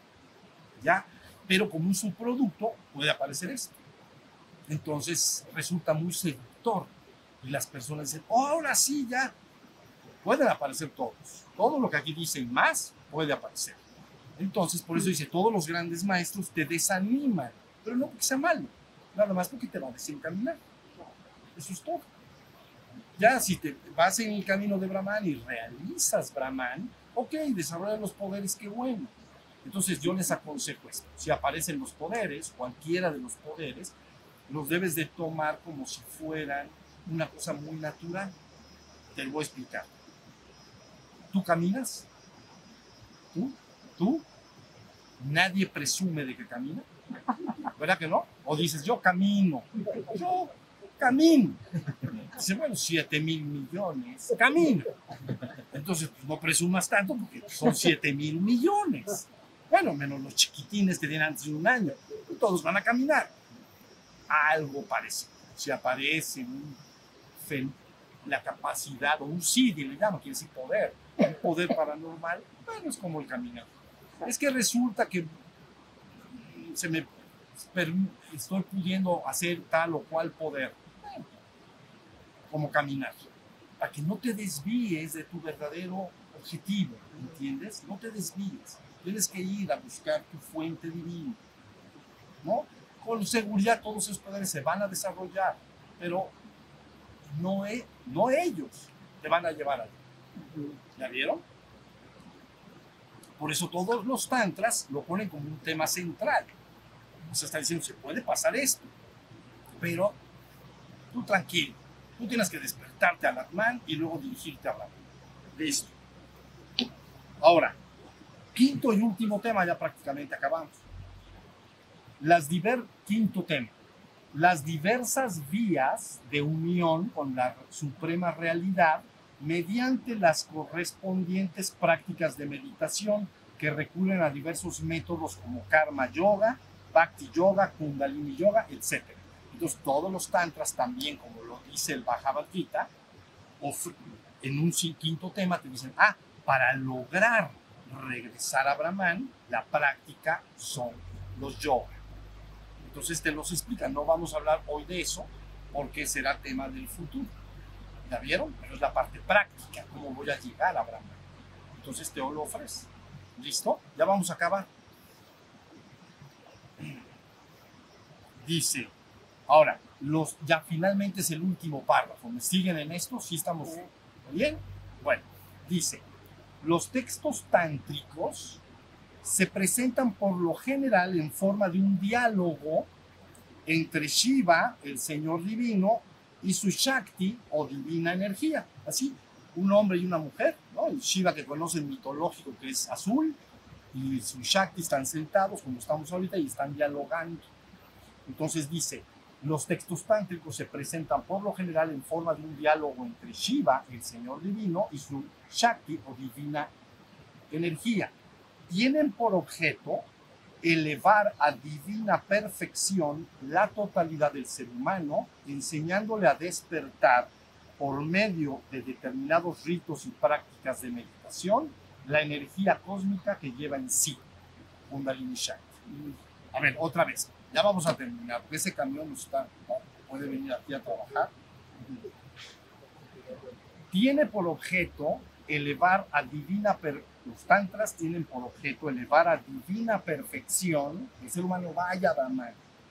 ¿Ya? Pero como un subproducto puede aparecer esto. Entonces resulta muy seductor y las personas dicen, oh, ahora sí, ya pueden aparecer todos. Todo lo que aquí dice y más puede aparecer. Entonces, por eso dice, todos los grandes maestros te desaniman, pero no porque sea malo, nada más porque te va a desencaminar. Eso es todo. Ya si te vas en el camino de Brahman y realizas Brahman, ok, desarrolla los poderes, qué bueno. Entonces yo les aconsejo esto. Si aparecen los poderes, cualquiera de los poderes, los debes de tomar como si fueran una cosa muy natural. Te lo voy a explicar. ¿Tú caminas? ¿Tú? Nadie presume de que camina. ¿Verdad que no? O dices, yo camino. Yo camino. Dice, bueno, 7,000 millones. Camina. Entonces, pues, no presumas tanto porque son 7,000 millones. Bueno, menos los chiquitines que tienen antes de un año. Todos van a caminar. Algo parece. Si aparece la capacidad, o un CD, le llaman, quiere decir poder, un poder paranormal, bueno, es como el caminar. Es que resulta que estoy pudiendo hacer tal o cual poder, como caminar, para que no te desvíes de tu verdadero objetivo, ¿entiendes? No te desvíes, tienes que ir a buscar tu fuente divina, ¿no? Con seguridad todos esos poderes se van a desarrollar, pero no ellos te van a llevar allí. ¿Ya vieron? Por eso todos los tantras lo ponen como un tema central. O sea, está diciendo, se puede pasar esto, pero tú tranquilo, tú tienes que despertarte al Atman y luego dirigirte a Brahman. Listo. Ahora, quinto y último tema, ya prácticamente acabamos. Quinto tema. Las diversas vías de unión con la suprema realidad mediante las correspondientes prácticas de meditación que recurren a diversos métodos como Karma Yoga, Bhakti Yoga, Kundalini Yoga, etc. Entonces, todos los tantras también, como lo dice el Bhagavad Gita, en un quinto tema te dicen, para lograr regresar a Brahman, la práctica son los yoga. Entonces te los explican, no vamos a hablar hoy de eso porque será tema del futuro. ¿Ya vieron? Pero es la parte práctica, cómo voy a llegar a Brahman. Entonces te lo ofrece. ¿Listo? Ya vamos a acabar. Dice, ahora, ya finalmente es el último párrafo. ¿Me siguen en esto? ¿Sí estamos bien? Bueno, dice, los textos tántricos se presentan por lo general en forma de un diálogo entre Shiva, el Señor Divino, y su Shakti, o divina energía. Así, un hombre y una mujer, ¿no? El Shiva que conocen mitológico, que es azul, y su Shakti están sentados, como estamos ahorita, y están dialogando. Entonces dice, los textos tántricos se presentan por lo general en forma de un diálogo entre Shiva, el Señor Divino, y su Shakti, o divina energía. Tienen por objeto elevar a divina perfección la totalidad del ser humano, enseñándole a despertar por medio de determinados ritos y prácticas de meditación la energía cósmica que lleva en sí, Kundalini Shakti. A ver, otra vez, ya vamos a terminar, porque ese camión puede venir aquí a trabajar. Tiene por objeto elevar a los tantras tienen por objeto elevar a divina perfección, el ser humano vaya a Brahman,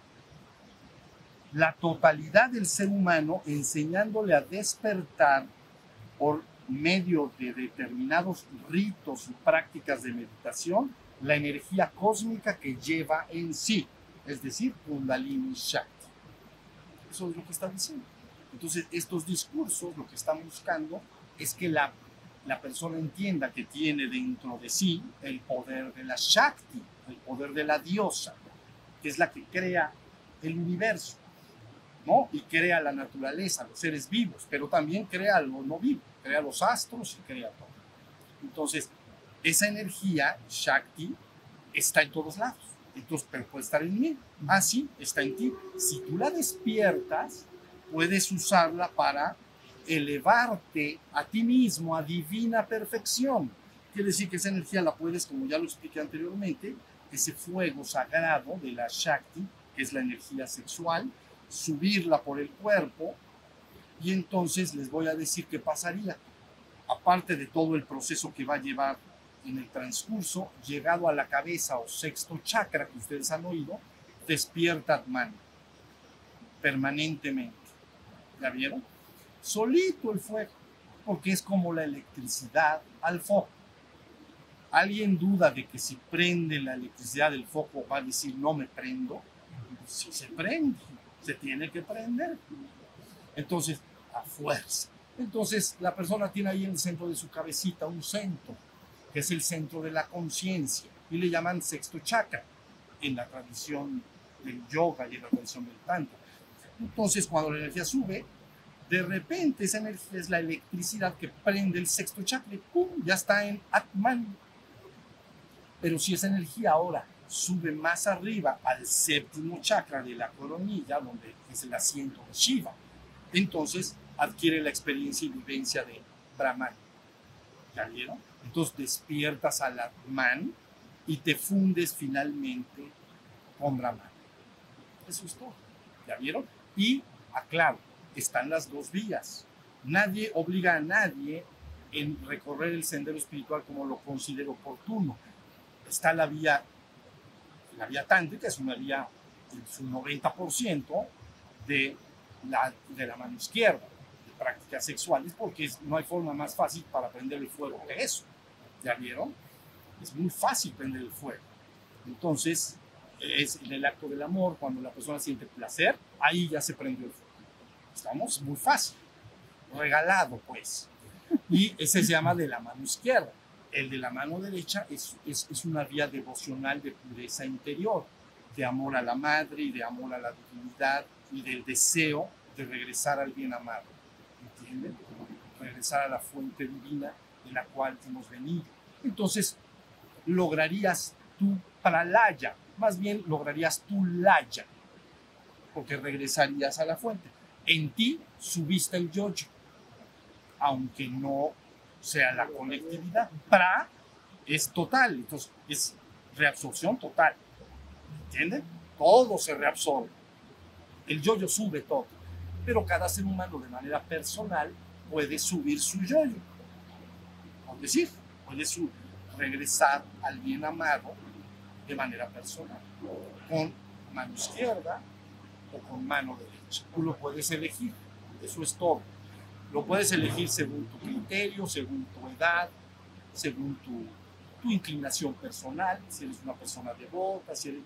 la totalidad del ser humano, enseñándole a despertar por medio de determinados ritos y prácticas de meditación la energía cósmica que lleva en sí, es decir, Kundalini Shakti. Eso es lo que está diciendo. Entonces, estos discursos lo que están buscando es que la persona entienda que tiene dentro de sí el poder de la Shakti, el poder de la diosa, que es la que crea el universo, ¿no? Y crea la naturaleza, los seres vivos, pero también crea lo no vivo, crea los astros y crea todo. Entonces, esa energía, Shakti, está en todos lados. Entonces, pero puede estar en mí. Sí, está en ti. Si tú la despiertas, puedes usarla para elevarte a ti mismo a divina perfección. Quiere decir que esa energía la puedes, como ya lo expliqué anteriormente, ese fuego sagrado de la Shakti, que es la energía sexual, subirla por el cuerpo, y entonces les voy a decir qué pasaría. aparte de todo el proceso que va a llevar en el transcurso, llegado a la cabeza o sexto chakra que ustedes han oído, despierta Atman permanentemente. ¿Ya vieron? Solito el fuego, porque es como la electricidad al foco. ¿Alguien duda de que si prende la electricidad del foco va a decir no me prendo? Si se prende, se tiene que prender. Entonces, a fuerza. Entonces, la persona tiene ahí en el centro de su cabecita un centro, que es el centro de la conciencia, y le llaman sexto chakra en la tradición del yoga y en la tradición del tantra. Entonces, cuando la energía sube, de repente esa energía es la electricidad que prende el sexto chakra y ¡pum! Ya está en Atman. Pero si esa energía ahora sube más arriba al séptimo chakra de la coronilla, donde es el asiento de Shiva, entonces adquiere la experiencia y vivencia de Brahman. ¿Ya vieron? Entonces despiertas al Atman y te fundes finalmente con Brahman. Eso es todo. ¿Ya vieron? Y, aclaro, están las dos vías. Nadie obliga a nadie en recorrer el sendero espiritual como lo considere oportuno. Está la vía tántrica, es una vía en su 90% de la mano izquierda, de prácticas sexuales, porque no hay forma más fácil para prender el fuego que eso. ¿Ya vieron? Es muy fácil prender el fuego. Entonces, es en el acto del amor, cuando la persona siente placer, ahí ya se prendió el fuego. ¿Estamos? Muy fácil. Regalado, pues. Y ese se llama de la mano izquierda. El de la mano derecha es una vía devocional de pureza interior, de amor a la madre y de amor a la divinidad y del deseo de regresar al bien amado. ¿Entienden? Regresar a la fuente divina de la cual hemos venido. Entonces, lograrías tu pralaya, más bien lograrías tu laya, porque regresarías a la fuente. En ti subiste el yo-yo, aunque no sea la colectividad. Pra es total, entonces es reabsorción total. ¿Entienden? Todo se reabsorbe. El yo-yo sube todo, pero cada ser humano de manera personal puede subir su yo-yo. Es decir, puede regresar al bien amado de manera personal, con mano izquierda o con mano derecha. Tú lo puedes elegir, eso es todo. Lo puedes elegir según tu criterio, según tu edad, según tu inclinación personal, si eres una persona devota, si eres...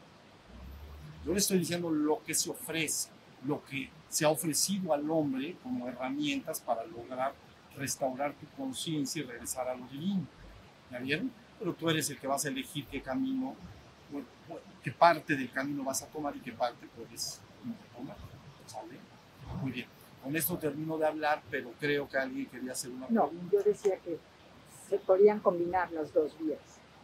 Yo le estoy diciendo lo que se ofrece, lo que se ha ofrecido al hombre como herramientas para lograr restaurar tu conciencia y regresar a lo divino. ¿Ya vieron? Pero tú eres el que vas a elegir qué camino, qué parte del camino vas a tomar y qué parte puedes tomar. ¿Sale? Muy bien. Con esto termino de hablar, pero creo que alguien quería hacer una pregunta. No, yo decía que se podían combinar las dos vías,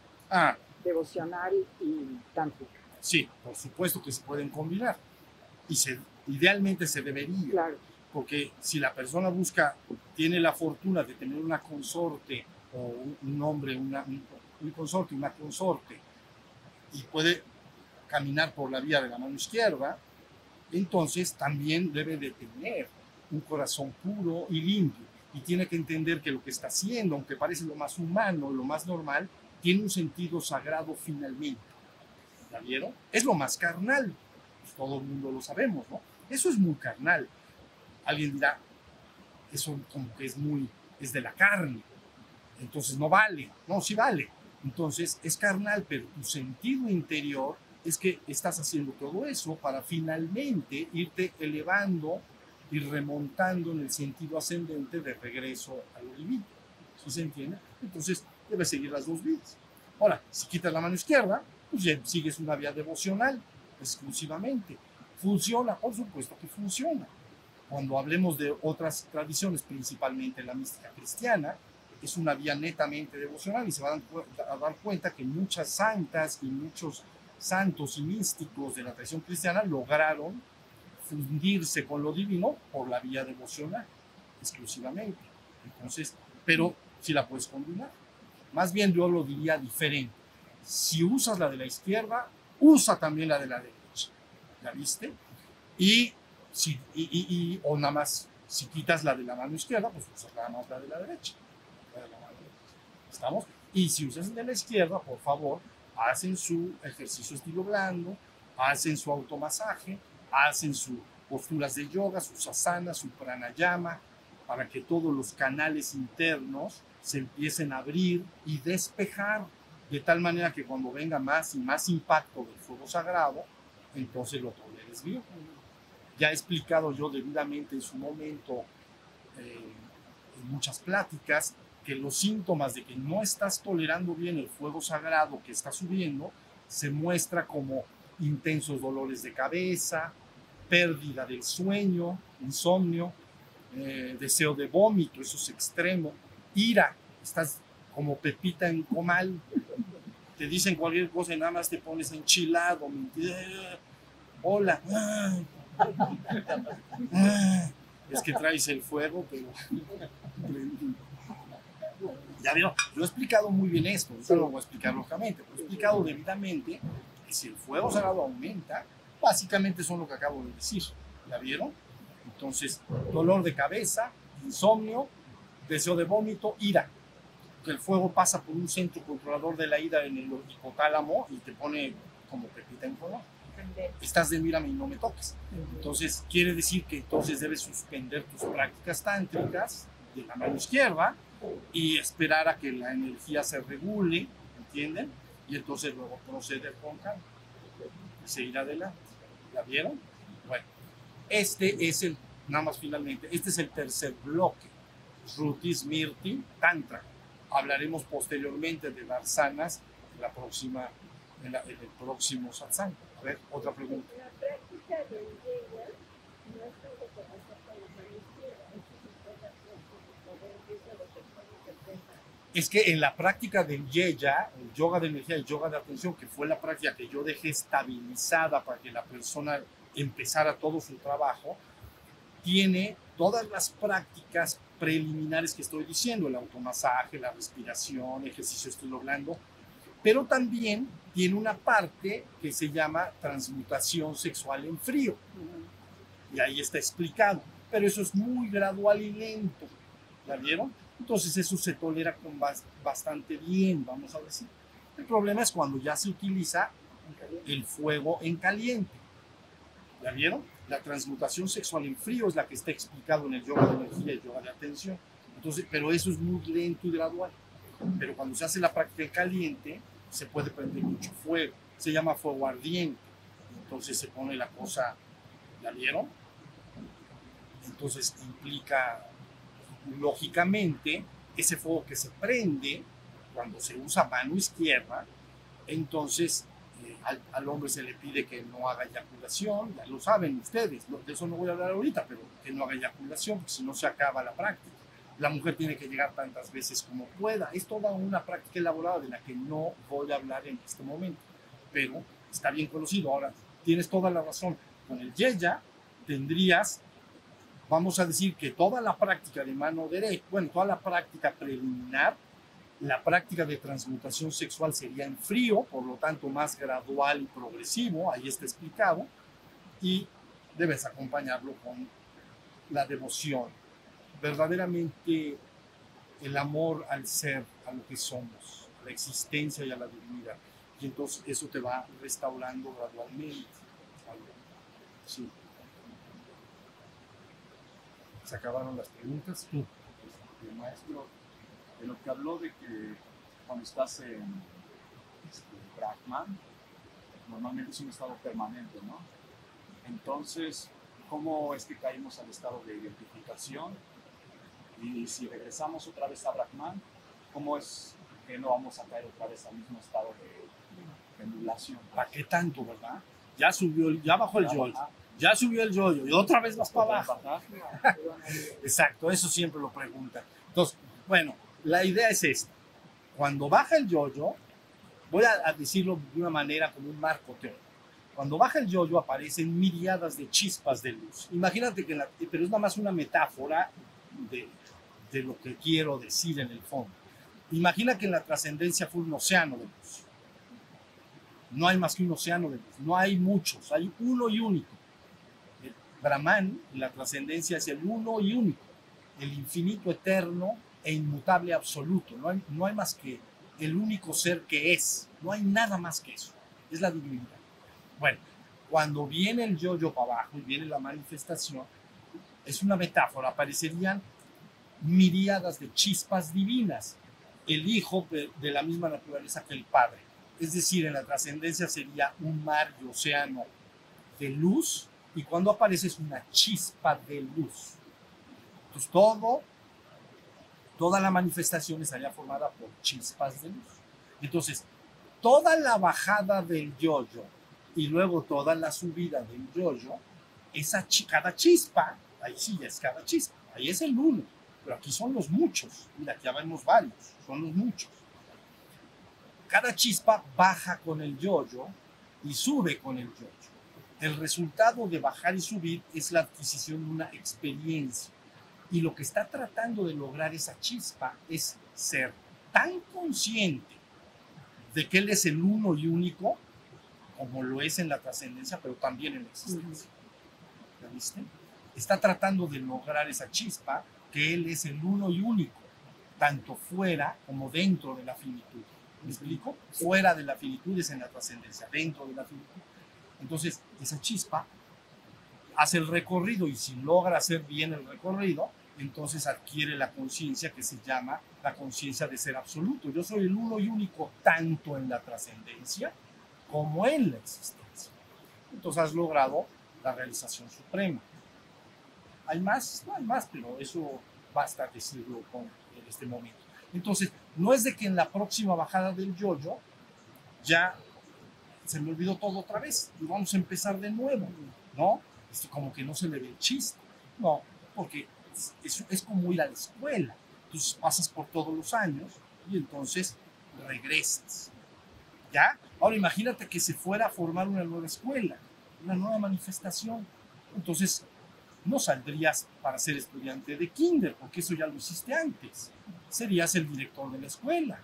devocional y tántrica. Sí, por supuesto que se pueden combinar. Y idealmente se debería. Claro. Porque si la persona tiene la fortuna de tener una consorte o un hombre, un consorte, una consorte, y puede caminar por la vía de la mano izquierda, entonces también debe de tener un corazón puro y limpio. Y tiene que entender que lo que está haciendo, aunque parece lo más humano, lo más normal, tiene un sentido sagrado finalmente. ¿Ya vieron? Es lo más carnal. Pues todo el mundo lo sabemos, ¿no? Eso es muy carnal. Alguien dirá, eso como que es de la carne, entonces no vale. No, sí vale. Entonces es carnal, pero tu sentido interior es que estás haciendo todo eso para finalmente irte elevando y remontando en el sentido ascendente de regreso a lo divino. ¿Sí se entiende? Entonces debes seguir las dos vías. Ahora, si quitas la mano izquierda, pues ya sigues una vía devocional exclusivamente. ¿Funciona? Por supuesto que funciona. Cuando hablemos de otras tradiciones, principalmente la mística cristiana, es una vía netamente devocional y se van a dar cuenta que muchas santas y muchos santos y místicos de la tradición cristiana lograron fundirse con lo divino por la vía devocional exclusivamente. Entonces, pero si la puedes combinar. Más bien yo lo diría diferente. Si usas la de la izquierda, usa también la de la derecha. ¿Ya viste? O nada más, si quitas la de la mano izquierda, pues usas nada más la de la derecha. ¿Estamos? Y si usan el de la izquierda, por favor, hacen su ejercicio estilo blando, hacen su automasaje, hacen sus posturas de yoga, sus asanas, su pranayama, para que todos los canales internos se empiecen a abrir y despejar, de tal manera que cuando venga más y más impacto del fuego sagrado, entonces lo toleres bien. Ya he explicado yo debidamente en su momento, en muchas pláticas, que los síntomas de que no estás tolerando bien el fuego sagrado que está subiendo se muestra como intensos dolores de cabeza, pérdida del sueño, insomnio, deseo de vómito, eso es extremo, ira, estás como Pepita en comal, te dicen cualquier cosa y nada más te pones enchilado, hola, es que traes el fuego, pero ya vieron, yo he explicado muy bien esto, no lo voy a explicar lógicamente, pero he explicado debidamente que si el fuego sagrado aumenta, básicamente son lo que acabo de decir, ¿ya vieron? Entonces, dolor de cabeza, insomnio, deseo de vómito, ira, que el fuego pasa por un centro controlador de la ira en el hipotálamo y te pone como Pepita en color. Estás de mírame y no me toques. Entonces, quiere decir que entonces debes suspender tus prácticas tántricas de la mano izquierda y esperar a que la energía se regule, ¿entienden? Y entonces luego proceder con calma y seguir adelante. ¿La vieron? Bueno, este es el, nada más finalmente, este es el tercer bloque, Shruti, Smriti, Tantra. Hablaremos posteriormente de Darsanas en el próximo satsang. A ver, otra pregunta. La práctica del yoga no es algo que pasa con la mano izquierda, es que en la práctica del Yeya, el yoga de energía, el yoga de atención, que fue la práctica que yo dejé estabilizada para que la persona empezara todo su trabajo, tiene todas las prácticas preliminares que estoy diciendo, el automasaje, la respiración, ejercicio estilo blando, pero también tiene una parte que se llama transmutación sexual en frío. Y ahí está explicado. Pero eso es muy gradual y lento. ¿La vieron? Entonces eso se tolera con bastante bien, vamos a decir. El problema es cuando ya se utiliza el fuego en caliente. ¿La vieron? La transmutación sexual en frío es la que está explicado en el yoga de energía y el yoga de atención. Entonces, pero eso es muy lento y gradual. Pero cuando se hace la práctica en caliente, se puede prender mucho fuego. Se llama fuego ardiente. Entonces se pone la cosa, ¿la vieron? Entonces implica, lógicamente, ese fuego que se prende cuando se usa mano izquierda, entonces al hombre se le pide que no haga eyaculación, ya lo saben ustedes, de eso no voy a hablar ahorita, pero que no haga eyaculación, porque si no se acaba la práctica. La mujer tiene que llegar tantas veces como pueda. Es toda una práctica elaborada de la que no voy a hablar en este momento, pero está bien conocido. Ahora, tienes toda la razón. Con el Yeya tendrías, vamos a decir que toda la práctica de mano derecha, bueno, toda la práctica preliminar, la práctica de transmutación sexual sería en frío, por lo tanto más gradual y progresivo, ahí está explicado, y debes acompañarlo con la devoción, verdaderamente el amor al ser, a lo que somos, a la existencia y a la divinidad, y entonces eso te va restaurando gradualmente. Sí. ¿Se acabaron las preguntas? Tú. Maestro, de lo que habló de que cuando estás en Brahman, normalmente es un estado permanente, ¿no? Entonces, ¿cómo es que caímos al estado de identificación? Y si regresamos otra vez a Brahman, ¿cómo es que no vamos a caer otra vez al mismo estado de anulación? ¿Para qué tanto, verdad? Ya subió, ya bajó el yoyo. Ya subió el yoyo y otra vez vas para abajo. Exacto, eso siempre lo preguntan. Entonces, bueno, la idea es esta. Cuando baja el yoyo, voy a decirlo de una manera como un marco teórico. Cuando baja el yoyo aparecen miriadas de chispas de luz. Imagínate que, pero es nada más una metáfora de lo que quiero decir en el fondo. Imagina que en la trascendencia fue un océano de luz. No hay más que un océano de luz. No hay muchos, hay uno y único. Brahman, la trascendencia es el uno y único, el infinito eterno, e inmutable absoluto. No hay más que el único ser que es. No hay nada más que eso. Es la divinidad. Bueno, cuando viene el yo-yo para abajo y viene la manifestación, es una metáfora, aparecerían miríadas de chispas divinas, el hijo de la misma naturaleza que el padre. Es decir, en la trascendencia sería un mar y océano de luz, y cuando aparece es una chispa de luz. Entonces toda la manifestación estaría formada por chispas de luz. Entonces, toda la bajada del yo-yo y luego toda la subida del yo-yo, cada chispa, ahí sí ya es cada chispa, ahí es el uno, pero aquí son los muchos. Mira, aquí ya vemos varios, son los muchos. Cada chispa baja con el yo-yo y sube con el yo-yo. El resultado de bajar y subir es la adquisición de una experiencia. Y lo que está tratando de lograr esa chispa es ser tan consciente de que él es el uno y único, como lo es en la trascendencia, pero también en la existencia. ¿Ya viste? Está tratando de lograr esa chispa, que él es el uno y único, tanto fuera como dentro de la finitud. ¿Me explico? Fuera de la finitud es en la trascendencia, dentro de la finitud. Entonces, esa chispa hace el recorrido, y si logra hacer bien el recorrido, entonces adquiere la conciencia que se llama la conciencia de ser absoluto. Yo soy el uno y único tanto en la trascendencia como en la existencia. Entonces has logrado la realización suprema. ¿Hay más? No hay más, pero eso basta decirlo en este momento. Entonces, no es de que en la próxima bajada del yo-yo ya se me olvidó todo otra vez y vamos a empezar de nuevo, ¿no? Como que no se le ve el chiste. No, porque es como ir a la escuela. Entonces pasas por todos los años y entonces regresas. ¿Ya? Ahora imagínate que se fuera a formar una nueva escuela, una nueva manifestación. Entonces no saldrías para ser estudiante de kinder, porque eso ya lo hiciste antes. Serías el director de la escuela.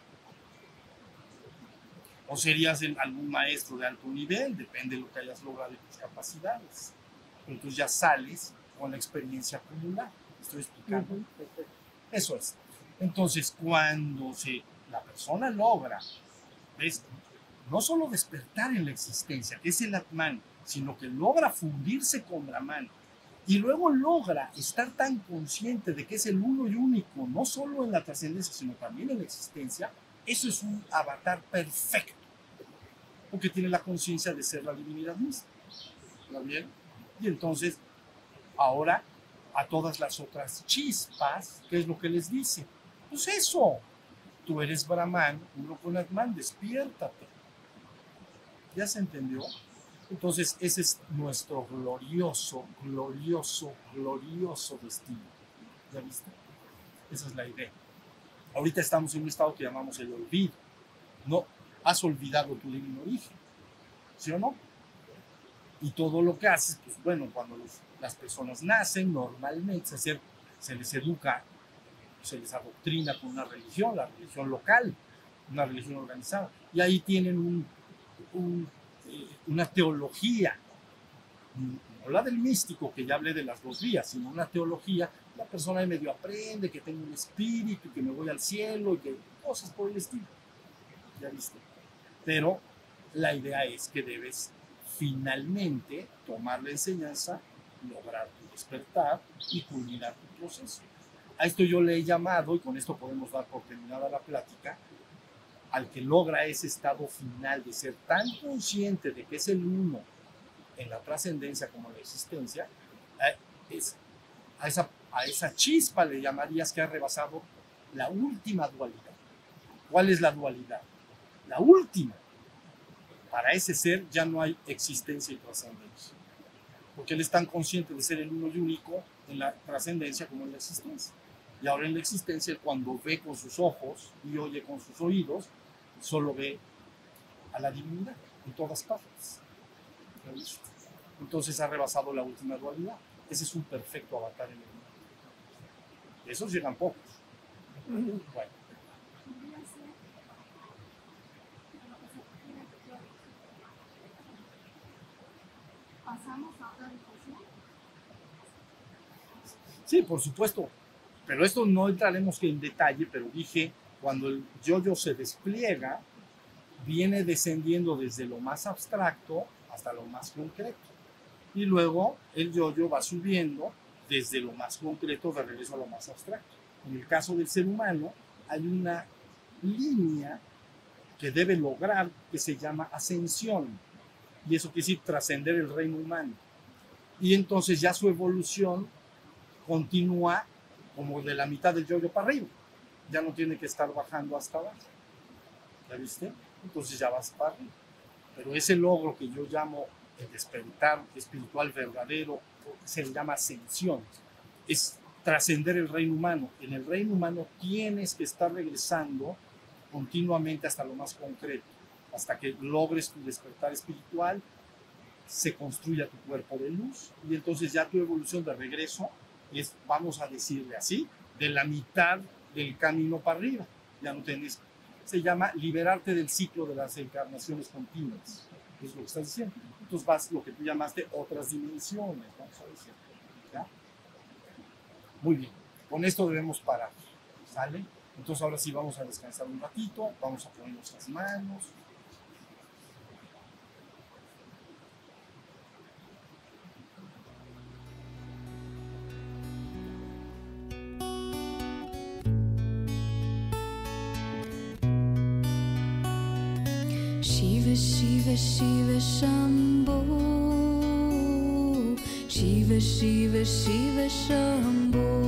O serías algún maestro de alto nivel, depende de lo que hayas logrado y tus capacidades. Entonces ya sales con la experiencia acumulada. ¿Estoy explicando? Eso es. Entonces, cuando la persona logra, ¿ves? No solo despertar en la existencia, que es el Atman, sino que logra fundirse con Brahman, y luego logra estar tan consciente de que es el uno y único, no solo en la trascendencia, sino también en la existencia, eso es un avatar perfecto, porque tiene la conciencia de ser la divinidad misma. ¿Está bien? Y entonces, ahora, a todas las otras chispas, ¿qué es lo que les dice? Pues eso, tú eres Brahman, uno con Atman, despiértate. ¿Ya se entendió? Entonces, ese es nuestro glorioso, glorioso, glorioso destino. ¿Ya viste? Esa es la idea. Ahorita estamos en un estado que llamamos el olvido. No, has olvidado tu divino origen, ¿sí o no? Y todo lo que haces, pues bueno, cuando las personas nacen, normalmente se les educa, se les adoctrina con una religión, la religión local, una religión organizada. Y ahí tienen una teología, no la del místico, que ya hablé de las dos vías, sino una teología. La persona medio aprende que tengo un espíritu, que me voy al cielo, y que cosas por el estilo. ¿Ya viste? Pero la idea es que debes finalmente tomar la enseñanza, lograr tu despertar y culminar tu proceso. A esto yo le he llamado, y con esto podemos dar por terminada la plática, al que logra ese estado final de ser tan consciente de que es el uno en la trascendencia como en la existencia, a esa chispa le llamarías que ha rebasado la última dualidad. ¿Cuál es la dualidad? La última. Para ese ser ya no hay existencia y trascendencia, porque él es tan consciente de ser el uno y único en la trascendencia como en la existencia. Y ahora en la existencia, cuando ve con sus ojos y oye con sus oídos, solo ve a la divinidad en todas partes. Entonces ha rebasado la última dualidad. Ese es un perfecto avatar en el mundo. De esos llegan pocos. Bueno. ¿Pasamos a otra habitación? Sí, por supuesto, Pero esto no entraremos en detalle, pero dije, cuando el yo-yo se despliega, viene descendiendo desde lo más abstracto hasta lo más concreto. Y luego el yo-yo va subiendo desde lo más concreto de regreso a lo más abstracto. En el caso del ser humano, hay una línea que debe lograr que se llama ascensión. Y eso quiere decir trascender el reino humano. Y entonces ya su evolución continúa como de la mitad del yo-yo para arriba. Ya no tiene que estar bajando hasta abajo. ¿Ya viste? Entonces ya vas para arriba. Pero ese logro que yo llamo el despertar espiritual verdadero se le llama ascensión. Es trascender el reino humano. En el reino humano tienes que estar regresando continuamente hasta lo más concreto, hasta que logres tu despertar espiritual, se construya tu cuerpo de luz y entonces ya tu evolución de regreso es, vamos a decirle así, de la mitad del camino para arriba. Ya no tenés, se llama liberarte del ciclo de las encarnaciones continuas. Es lo que estás diciendo. Entonces vas lo que tú llamaste otras dimensiones, vamos a decir. ¿Ya? Muy bien. Con esto debemos parar. ¿Sale? Entonces ahora sí vamos a descansar un ratito. Vamos a poner nuestras manos. Shiva, Shiva, Shiva, Shambho. Shiva, Shiva, Shiva, Shambho.